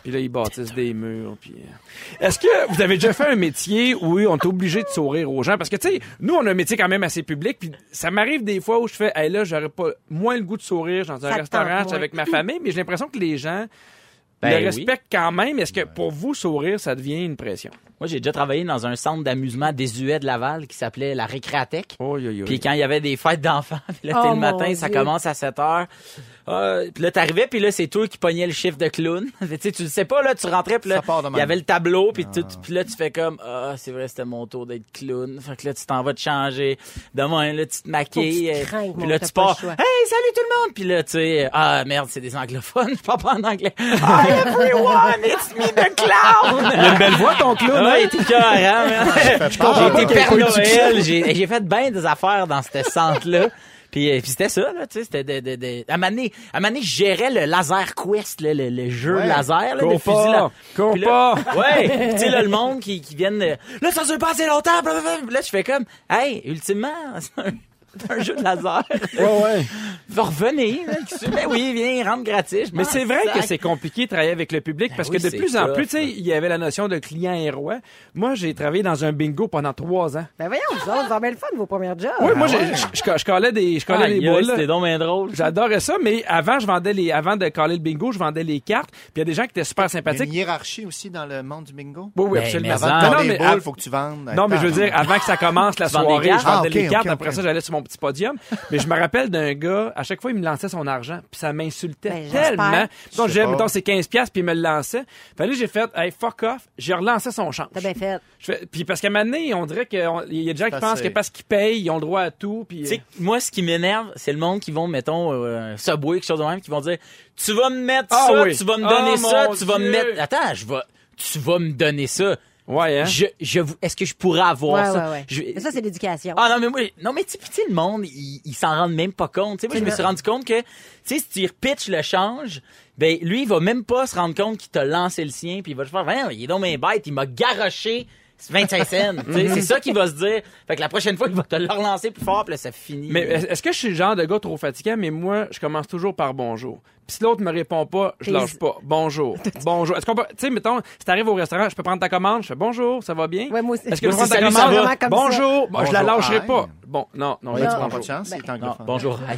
Speaker 3: Puis là, ils bâtissent des murs. Puis... Est-ce que vous avez déjà fait un métier où on est obligé de sourire aux gens? Parce que, tu sais, nous, on a un métier quand même assez public. Puis ça m'arrive des fois où je fais, hey, là, j'aurais pas moins le goût de sourire dans un
Speaker 6: Ça te
Speaker 3: restaurant,
Speaker 6: tente
Speaker 3: je suis
Speaker 6: moins.
Speaker 3: avec ma famille. Mais j'ai l'impression que les gens
Speaker 4: Ben
Speaker 3: le
Speaker 4: oui.
Speaker 3: respectent quand même. Est-ce que pour vous, sourire, ça devient une pression?
Speaker 4: Moi, j'ai déjà travaillé dans un centre d'amusement désuet de Laval qui s'appelait la Récréatech.
Speaker 3: Oh, yo, yo,
Speaker 4: Puis
Speaker 3: yo.
Speaker 4: quand il y avait des fêtes d'enfants, puis là,
Speaker 6: Oh,
Speaker 4: t'es le
Speaker 6: mon
Speaker 4: matin, ça
Speaker 6: Dieu.
Speaker 4: commence à sept heures. Euh, puis là, t'arrivais, puis là, c'est toi qui pognais le chiffre de clown. tu sais, tu le sais pas, là, tu rentrais, puis là,
Speaker 5: Ça part de
Speaker 4: il
Speaker 5: même.
Speaker 4: y avait le tableau, puis tout, puis là, tu fais comme, ah, c'est vrai, c'était mon tour d'être clown. Fait que là, tu t'en vas te changer. Demain, là, tu te maquilles.
Speaker 6: Faut que tu te
Speaker 4: euh,
Speaker 6: craignes,
Speaker 4: puis
Speaker 6: mon,
Speaker 4: là,
Speaker 6: t'as
Speaker 4: tu
Speaker 6: pas le
Speaker 4: pars.
Speaker 6: choix.
Speaker 4: Hey, salut tout le monde! Puis là, tu sais, ah, merde, c'est des anglophones. Je parle pas en anglais. Hi, everyone! It's me, the clown!
Speaker 3: Il a une belle voix, ton clown,
Speaker 4: Ah,
Speaker 3: hein?
Speaker 4: il était écœurant, man.
Speaker 5: Je comprends
Speaker 4: J'ai
Speaker 5: pas
Speaker 4: été
Speaker 5: qu'il y ait
Speaker 4: Père
Speaker 5: pas eu de succès.
Speaker 4: Noël. J'ai j'ai fait bien des affaires dans ce centre-là. Puis, euh, puis c'était ça, là, tu sais, c'était de, de, de... À un moment donné, à un moment donné, je gérais le Laser Quest, là, le, le jeu
Speaker 5: Ouais.
Speaker 4: laser, là,
Speaker 3: Cours
Speaker 4: de fusil.
Speaker 3: pas,
Speaker 4: Là.
Speaker 3: cours
Speaker 4: Puis là-
Speaker 3: pas.
Speaker 4: Ouais, tu sais, là, le monde qui, qui viennent... de- Là, ça se passe longtemps, blablabla. Là, je fais comme, hey, ultimement, c'est un, c'est un jeu de laser.
Speaker 3: Ouais, ouais.
Speaker 4: Va revenir. Là, qu'est-ce que- ben oui, viens, rentre gratis. Je
Speaker 3: Mais
Speaker 4: m'en
Speaker 3: c'est vrai
Speaker 4: sac.
Speaker 3: que c'est compliqué de travailler avec le public parce
Speaker 4: oui,
Speaker 3: que de
Speaker 4: c'est
Speaker 3: plus en
Speaker 4: tough.
Speaker 3: plus, tu sais, il y avait la notion de client et roi. Moi, j'ai travaillé dans un bingo pendant trois ans.
Speaker 6: Ben voyons, vous autres, vous avez le fun, vos premiers jobs.
Speaker 3: Oui, moi,
Speaker 5: ouais.
Speaker 3: j'ai- je, je, je collais des, je collais
Speaker 4: Aïe,
Speaker 3: les
Speaker 4: aïe,
Speaker 3: boules.
Speaker 4: C'était donc bien drôle.
Speaker 3: J'adorais ça, mais avant, je vendais les, avant de coller le bingo, je vendais les cartes. Puis il y a des gens qui étaient super
Speaker 5: Il y a
Speaker 3: sympathiques.
Speaker 5: une hiérarchie aussi dans le monde du bingo.
Speaker 3: Oui, oui,
Speaker 4: Ben,
Speaker 3: absolument.
Speaker 4: mais
Speaker 5: Avant de
Speaker 3: Non,
Speaker 5: faire
Speaker 3: non,
Speaker 5: des
Speaker 3: mais,
Speaker 5: boules, faut que tu vendes.
Speaker 3: non, mais je veux dire, avant que ça commence la
Speaker 4: Tu vends des
Speaker 3: soirée, je
Speaker 4: cartes?
Speaker 3: vendais
Speaker 5: Ah, ok,
Speaker 3: les cartes.
Speaker 5: ok,
Speaker 3: Après
Speaker 5: ok.
Speaker 3: ça, j'allais sur mon petit podium. Mais je me rappelle d'un gars, à chaque fois, il me lançait son argent. Puis ça m'insultait
Speaker 6: Ben, j'espère.
Speaker 3: tellement. Donc,
Speaker 5: Je sais
Speaker 3: j'ai,
Speaker 5: pas.
Speaker 3: mettons, c'est quinze piastres, puis il me le lançait. Fallait que j'ai fait, hey, fuck off. J'ai relancé son change.
Speaker 6: T'as bien fait.
Speaker 3: Je fais- puis parce qu'à un moment donné, on dirait qu'il y a des gens qui
Speaker 5: Ça,
Speaker 3: pensent
Speaker 5: c'est-
Speaker 3: que parce qu'ils payent, ils ont le droit à tout. Puis,
Speaker 4: Tu sais, moi, ce qui m'énerve, c'est le monde qui vont, mettons, euh, Subway, quelque chose de même, qui vont dire, tu vas me mettre
Speaker 3: Ah
Speaker 4: ça,
Speaker 3: oui.
Speaker 4: tu vas me
Speaker 3: Oh,
Speaker 4: donner ça,
Speaker 3: mon
Speaker 4: tu vas me
Speaker 3: Dieu.
Speaker 4: mettre, attends, je vais, tu vas me donner ça.
Speaker 3: ouais, hein?
Speaker 4: Je, je, vous- est-ce que je pourrais avoir
Speaker 6: Ouais,
Speaker 4: ça?
Speaker 6: ouais, ouais.
Speaker 4: Je-
Speaker 6: Mais ça, c'est l'éducation.
Speaker 4: Ah non, mais moi, non, mais tu sais, puis tu sais, le monde, ils il s'en rendent même pas compte. Tu sais, moi, je me suis rendu compte que, tu sais, si tu y repitches le change, ben, lui, il va même pas se rendre compte qu'il t'a lancé le sien, puis il va te faire, ben, il est donc bien bête, il m'a garoché vingt-cinq cents. Tu sais, c'est ça qu'il va se dire. Fait que la prochaine fois, il va te le relancer plus fort, puis là, ça finit.
Speaker 3: Mais est- est-ce que je suis le genre de gars trop fatiguant, mais moi, je commence toujours par bonjour. Puis si l'autre me répond pas, je
Speaker 6: T'es-
Speaker 3: lâche pas. Bonjour. Bonjour. Est-ce qu'on peut, tu sais, mettons, si t'arrives au restaurant, je peux prendre ta commande, je fais bonjour, ça va bien?
Speaker 6: Ouais, moi aussi.
Speaker 3: Est-ce que
Speaker 4: Moi
Speaker 3: je prends
Speaker 4: aussi,
Speaker 3: ta
Speaker 4: salut, ça
Speaker 3: commande?
Speaker 4: va?
Speaker 6: Vraiment comme ça.
Speaker 3: Bonjour. Bon, je la
Speaker 5: Bonjour,
Speaker 3: lâcherai
Speaker 5: hi.
Speaker 3: pas. Bon, non, non,
Speaker 5: Là,
Speaker 3: là,
Speaker 5: tu
Speaker 3: tu
Speaker 5: prends
Speaker 3: prends
Speaker 5: pas de chance,
Speaker 6: Ben,
Speaker 5: il est
Speaker 4: non,
Speaker 5: anglophone.
Speaker 4: bonjour. Hey.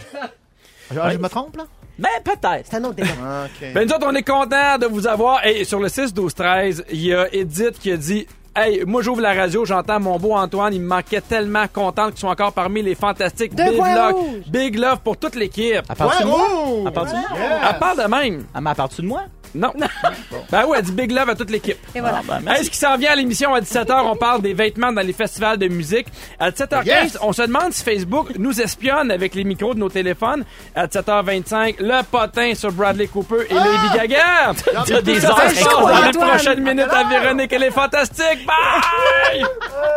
Speaker 5: Ah, je me trompe, là?
Speaker 4: Ben, peut-être.
Speaker 6: C'est un autre débat.
Speaker 5: OK.
Speaker 3: Ben, nous autres, on est contents de vous avoir. Et sur le six douze treize, il y a Edith qui a dit, hey, moi, j'ouvre la radio, j'entends mon beau Antoine, il me manquait tellement, content qu'ils soient encore parmi les fantastiques.
Speaker 6: Deux
Speaker 3: Big
Speaker 6: points
Speaker 3: love,
Speaker 6: rouges.
Speaker 3: big love pour toute l'équipe.
Speaker 4: À part-tu de
Speaker 5: Ouais,
Speaker 4: moi?
Speaker 5: oh!
Speaker 4: À part-tu de moi?
Speaker 5: Yeah.
Speaker 3: Elle parle de même.
Speaker 4: À ma part-tu de moi?
Speaker 3: Non. Ben oui, elle dit big love à toute l'équipe.
Speaker 6: Et voilà.
Speaker 4: Ah, ben, merci.
Speaker 3: Hey, ce qui s'en vient à l'émission à dix-sept heures, on parle des vêtements dans les festivals de musique. À dix-sept heures quinze,
Speaker 5: Yes!
Speaker 3: on se demande si Facebook nous espionne avec les micros de nos téléphones. À dix-sept heures vingt-cinq, le potin sur Bradley Cooper et Lady Gaga.
Speaker 4: T'as des
Speaker 3: Ça
Speaker 4: heures
Speaker 3: se passe dans les
Speaker 6: Antoine.
Speaker 3: prochaines minutes à Véronique. Elle est fantastique. Bye!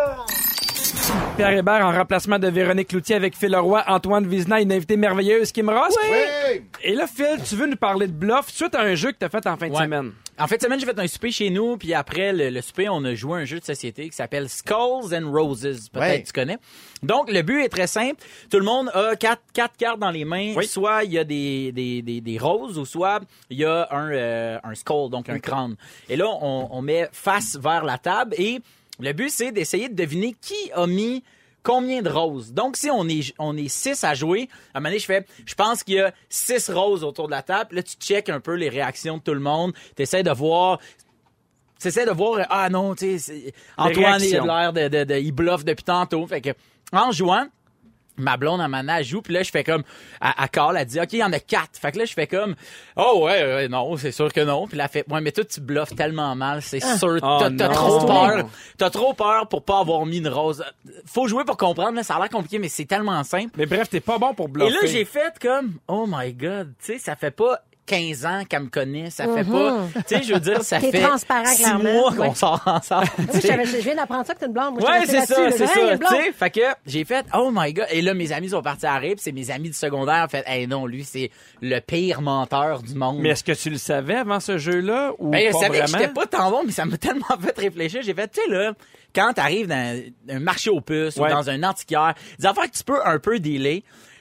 Speaker 3: Pierre Hébert en remplacement de Véronique Cloutier avec Phil Leroy, Antoine Vizina, une invitée merveilleuse, Kim Ross.
Speaker 5: Oui!
Speaker 3: Et là, Phil, tu veux nous parler de bluff suite à un jeu que t'as fait en fin de
Speaker 4: Ouais.
Speaker 3: semaine.
Speaker 4: En fin de semaine, j'ai fait un souper chez nous, puis après le, le souper, on a joué un jeu de société qui s'appelle Skulls and Roses. Peut-être
Speaker 5: Ouais.
Speaker 4: tu connais. Donc, le but est très simple. Tout le monde a quatre, quatre cartes dans les mains.
Speaker 3: Oui.
Speaker 4: Soit il y a des, des, des, des roses, ou soit il y a un, euh, un skull, donc un crâne. Et là, on, on met face vers la table, et le but, c'est d'essayer de deviner qui a mis combien de roses. Donc, si on est, on est six à jouer, à un moment donné, je fais, je pense qu'il y a six roses autour de la table. Là, tu checkes un peu les réactions de tout le monde. Tu essaies de voir... Tu essaies de voir, ah non, tu sais, c'est- Antoine, il a
Speaker 3: réactions.
Speaker 4: l'air de, de, de... Il bluffe depuis tantôt. Fait que, en jouant... Ma blonde, à un moment donné, elle joue, puis là, je fais comme... À, à Carl, elle dit, OK, il y en a quatre. Fait que là, je fais comme... Oh, ouais, ouais, non, c'est sûr que non. Puis là, elle fait... Ouais, mais toi, tu bluffes tellement mal, c'est sûr.
Speaker 3: Oh,
Speaker 4: T'as t'as
Speaker 3: non.
Speaker 4: trop
Speaker 3: Oh.
Speaker 4: peur. T'as trop peur pour pas avoir mis une rose. Faut jouer pour comprendre, là, ça a l'air compliqué, mais c'est tellement simple.
Speaker 3: Mais bref, t'es pas bon pour bluffer.
Speaker 4: Et là, j'ai fait comme... Oh my God, tu sais, ça fait pas... quinze ans qu'elle me connaît, ça fait pas... Tu sais, je veux dire, ça
Speaker 6: T'es
Speaker 4: fait
Speaker 6: transparent,
Speaker 4: six
Speaker 6: clairement.
Speaker 4: mois qu'on
Speaker 6: Ouais.
Speaker 4: sort ensemble.
Speaker 6: Moi,
Speaker 4: tu
Speaker 6: je,
Speaker 4: sais.
Speaker 6: savais- je viens d'apprendre ça que t'es une blonde. Moi,
Speaker 4: Ouais,
Speaker 6: j'étais
Speaker 4: c'est
Speaker 6: là-dessus,
Speaker 4: ça,
Speaker 6: là.
Speaker 4: c'est
Speaker 6: Hey,
Speaker 4: ça.
Speaker 6: une blonde.
Speaker 4: Tu sais, fait que j'ai fait oh my god. Et là, mes amis sont partis à rire, puis c'est mes amis du secondaire ont fait hey non, lui c'est le pire menteur du monde.
Speaker 3: Mais est-ce que tu le savais avant ce jeu-là ou
Speaker 4: Ben, je
Speaker 3: pas
Speaker 4: savais que
Speaker 3: vraiment?
Speaker 4: j'étais pas tant bon, mais ça m'a tellement fait réfléchir. J'ai fait, tu sais, là, quand t'arrives dans un marché aux puces
Speaker 3: Ouais.
Speaker 4: ou dans un antiquaire, des affaires que tu peux un peu dealer,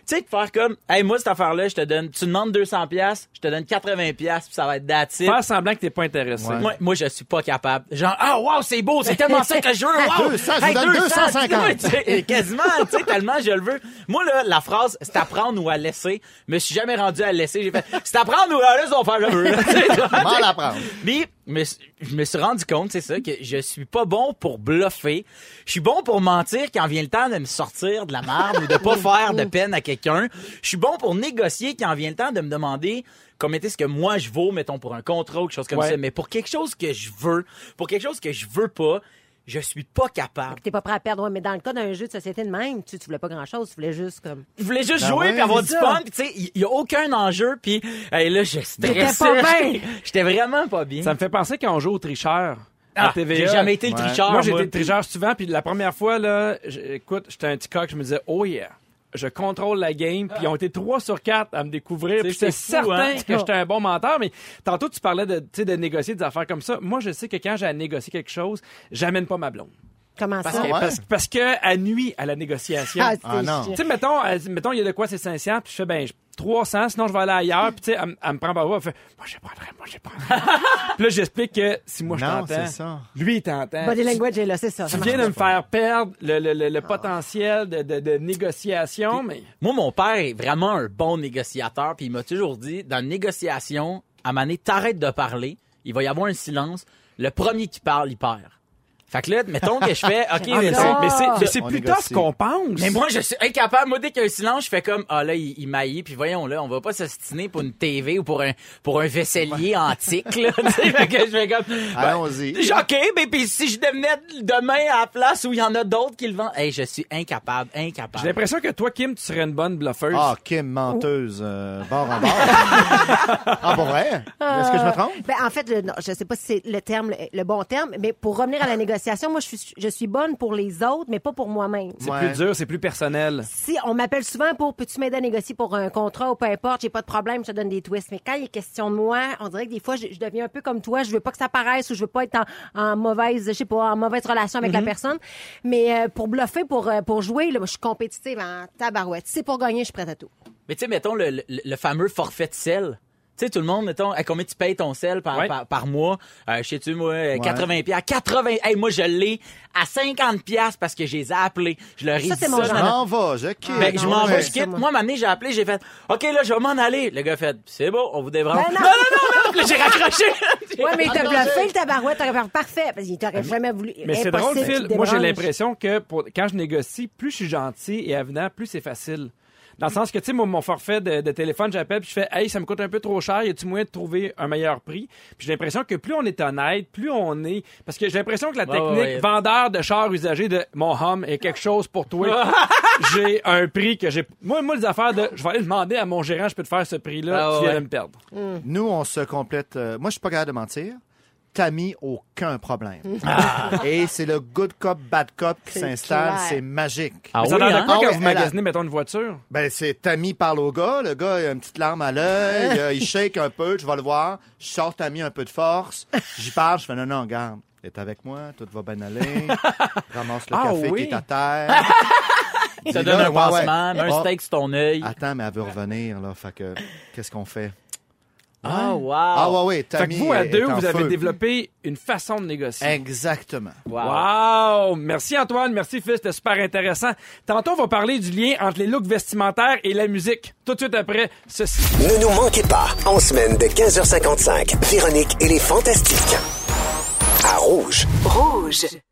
Speaker 4: sais, de faire comme, hey, moi, cette affaire-là, je te donne, tu demandes deux cents piastres, je te donne quatre-vingts piastres, puis ça va être that's it.
Speaker 3: Faire semblant que t'es pas intéressé.
Speaker 4: Moi, moi, je suis pas capable. Genre, ah, wow, c'est beau, c'est tellement ça que je veux, wow!
Speaker 5: deux cents, je vous donne deux cent cinquante.
Speaker 4: Tu sais, quasiment, tu sais, tellement je le veux. Moi, là, la phrase, c'est à prendre ou à laisser. Je me suis jamais rendu à laisser. J'ai fait, c'est à prendre ou à laisser, on va faire le veux.
Speaker 5: Mal à prendre.
Speaker 4: Puis, me- je me suis rendu compte, c'est ça, que je suis pas bon pour bluffer. Je suis bon pour mentir quand vient le temps de me sortir de la merde ou de pas faire de peine à quelqu'un. Je suis bon pour négocier quand vient le temps de me demander combien est-ce que moi je vaux, mettons, pour un contrat ou quelque chose comme
Speaker 3: Ouais.
Speaker 4: ça. Mais pour quelque chose que je veux, pour quelque chose que je veux pas, je suis pas capable.
Speaker 6: T'es pas prêt à perdre. Ouais, mais dans le cas d'un jeu de société de même, tu, tu voulais pas grand-chose. Tu voulais juste comme...
Speaker 4: Je voulais juste
Speaker 5: Ben
Speaker 4: jouer
Speaker 5: ouais,
Speaker 4: puis avoir du
Speaker 6: c'est ça.
Speaker 4: fun, puis tu sais, il y, y a aucun enjeu, puis hey, là, je stressais.
Speaker 6: T'étais pas bien.
Speaker 4: J'étais vraiment pas bien.
Speaker 3: Ça me fait penser quand on joue au tricheur. À
Speaker 4: Ah,
Speaker 3: T V A.
Speaker 4: j'ai jamais été le
Speaker 5: Ouais.
Speaker 4: tricheur.
Speaker 3: Moi, j'ai été tricheur souvent, puis la première fois, là, j'- écoute, j'étais un petit coq, je me disais, oh yeah, je contrôle la game, puis ils ont été trois sur quatre à me découvrir, puis
Speaker 4: C'est
Speaker 3: c'est
Speaker 4: fou,
Speaker 3: certain
Speaker 4: hein?
Speaker 3: que j'étais un bon menteur, mais tantôt, tu parlais de, tu sais, de négocier des affaires comme ça. Moi, je sais que quand j'ai à négocier quelque chose, j'amène pas ma blonde.
Speaker 6: Comment
Speaker 3: Parce
Speaker 6: ça?
Speaker 3: que,
Speaker 5: ouais?
Speaker 3: parce, parce que elle nuit à la négociation.
Speaker 6: Ah, c'est
Speaker 5: Ah, non.
Speaker 6: chiant.
Speaker 3: Tu sais, mettons, elle dit, mettons, il y a de quoi, c'est cinq cents, puis je fais, ben, je- trois cents, sinon je vais aller ailleurs, puis tu sais, elle, m- elle me prend par le bras, elle fait, moi, je prendrais, moi, je prendrais. Puis là, j'explique que si moi, je
Speaker 5: Non,
Speaker 3: t'entends,
Speaker 5: c'est ça.
Speaker 3: lui, il t'entend.
Speaker 6: Body language est là, c'est ça.
Speaker 3: Tu
Speaker 6: ça
Speaker 3: viens de
Speaker 6: marche
Speaker 3: me faire perdre le, le, le, le potentiel de, de, de négociation, mais...
Speaker 4: Moi, mon père est vraiment un bon négociateur, puis il m'a toujours dit, dans une négociation, à un moment donné, t'arrêtes de parler, il va y avoir un silence, le premier qui parle, il perd. Fait que là, mettons que je fais, OK,
Speaker 6: Ah,
Speaker 3: Mais
Speaker 4: mais
Speaker 3: c'est,
Speaker 6: non.
Speaker 3: mais c'est, mais c'est
Speaker 5: On
Speaker 3: plus
Speaker 5: négocie.
Speaker 3: tough qu'on pense.
Speaker 4: Mais moi, je suis incapable. Moi, dès qu'il y a un silence, je fais comme, ah là, il, il maillit, puis voyons là, on va pas s'ostiner pour une T V ou pour un, pour un vaisselier antique, là. Tu sais, fait que je fais comme, ben,
Speaker 5: Allons-y.
Speaker 4: j'ai- OK, mais puis si je devenais demain à la place où il y en a d'autres qui le vendent, hey, je suis incapable, incapable.
Speaker 3: J'ai l'impression que toi, Kim, tu serais une bonne bluffeuse.
Speaker 5: Ah, Kim, menteuse, euh, bord en bord. Ah, pour vrai? Est-ce que je me trompe?
Speaker 6: Ben, en fait, le- non, je sais pas si c'est le terme, le, le bon terme, mais pour revenir à la négociation, moi, je suis, je suis bonne pour les autres, mais pas pour moi-même.
Speaker 3: c'est
Speaker 5: Ouais.
Speaker 3: plus dur, c'est plus personnel.
Speaker 6: Si on m'appelle souvent pour peux-tu m'aider à négocier pour un contrat ou peu importe, j'ai pas de problème, je te donne des twists. Mais quand il est question de moi, on dirait que des fois, je, je deviens un peu comme toi. Je veux pas que ça paraisse ou je veux pas être en, en mauvaise, je sais pas, en mauvaise relation avec la personne. Mais euh, pour bluffer, pour, euh, pour jouer, là, moi, je suis compétitive en tabarouette. Si c'est pour gagner, je suis prête à tout.
Speaker 4: Mais tu sais, mettons le, le, le fameux forfait de sel. Tu sais, tout le monde, mettons, à combien tu payes ton sel par,
Speaker 3: Ouais.
Speaker 4: par, par mois? Euh, je sais-tu, moi, euh, quatre-vingts piastres. quatre-vingts, hey, moi, je l'ai à cinquante piastres parce que je les ai appelés. Je leur ai
Speaker 6: Ça,
Speaker 4: dit
Speaker 6: c'est mon
Speaker 4: ça.
Speaker 6: genre.
Speaker 5: Je
Speaker 4: nanana.
Speaker 5: m'en vais, je quitte.
Speaker 4: Ben, je
Speaker 6: non,
Speaker 4: m'en
Speaker 6: ouais,
Speaker 4: vais, je
Speaker 6: ça,
Speaker 4: quitte.
Speaker 6: moi.
Speaker 4: Moi, à un moment donné, j'ai appelé, j'ai fait, OK, là, je vais m'en aller. Le gars a fait, c'est bon, on vous débranche.
Speaker 6: Ben non.
Speaker 4: non, non, non, non. Puis là, j'ai raccroché.
Speaker 6: Ouais, mais il t'a bluffé le tabarouette, t'aurais fait parfait, parce qu'il t'aurait jamais voulu.
Speaker 3: Mais c'est drôle,
Speaker 6: Impossible
Speaker 3: Phil.
Speaker 6: qu'il
Speaker 3: Moi, j'ai
Speaker 6: débranche.
Speaker 3: l'impression que pour, quand je négocie, plus je suis gentil et avenant, plus c'est facile. Dans le sens que, tu sais, moi, mon forfait de, de téléphone, j'appelle puis je fais « Hey, ça me coûte un peu trop cher, y a-tu moyen de trouver un meilleur prix? » Puis j'ai l'impression que plus on est honnête, plus on est... Parce que j'ai l'impression que la
Speaker 4: Ouais,
Speaker 3: technique
Speaker 4: ouais, ouais.
Speaker 3: vendeur de chars usagés de « Mon hum est quelque chose pour toi. » J'ai un prix que j'ai... Moi, moi, les affaires de « Je vais aller demander à mon gérant, je peux te faire ce prix-là,
Speaker 4: Ah,
Speaker 3: tu viens
Speaker 4: ouais.
Speaker 3: de me perdre.
Speaker 5: Nous, on se complète. euh, moi, je suis pas capable de mentir. Tammy, aucun problème. Et c'est le good cop, bad cop qui
Speaker 6: C'est
Speaker 5: s'installe.
Speaker 6: clair.
Speaker 5: C'est magique.
Speaker 4: Ah
Speaker 3: Mais ça
Speaker 4: oui,
Speaker 3: a l'air
Speaker 4: hein?
Speaker 3: de quoi
Speaker 5: Ah
Speaker 3: quand
Speaker 5: ouais,
Speaker 3: vous
Speaker 5: elle a-
Speaker 3: magasinez, mettons, une voiture?
Speaker 5: Ben, c'est Tammy parle au gars. Le gars, il a une petite larme à l'œil. euh, il shake un peu. Je vais le voir. Je sors Tammy un peu de force. J'y parle. Je fais non, non, regarde. Est avec moi. Tout va bien aller. Ramasse le
Speaker 3: Ah
Speaker 5: café
Speaker 3: oui?
Speaker 5: qui est à terre.
Speaker 4: Ça
Speaker 5: Dis
Speaker 4: donne
Speaker 5: là,
Speaker 4: un
Speaker 5: ouais,
Speaker 4: pansement,
Speaker 5: ouais.
Speaker 4: mets un
Speaker 5: Ah,
Speaker 4: steak sur ton œil.
Speaker 5: Attends, mais elle veut revenir, là. Fait que, qu'est-ce qu'on fait?
Speaker 4: Ah, wow.
Speaker 5: Ah, ouais, ouais.
Speaker 3: Fait
Speaker 5: Tammy
Speaker 3: que vous, à
Speaker 5: est
Speaker 3: deux,
Speaker 5: en
Speaker 3: vous avez
Speaker 5: feu.
Speaker 3: développé une façon de négocier.
Speaker 5: Exactement.
Speaker 3: Wow! Merci Antoine, merci Phil, c'était super intéressant. Tantôt, on va parler du lien entre les looks vestimentaires et la musique. Tout de suite après, ceci.
Speaker 1: Ne nous manquez pas, en semaine de quinze heures cinquante-cinq, Véronique et les Fantastiques. À Rouge.
Speaker 2: Rouge.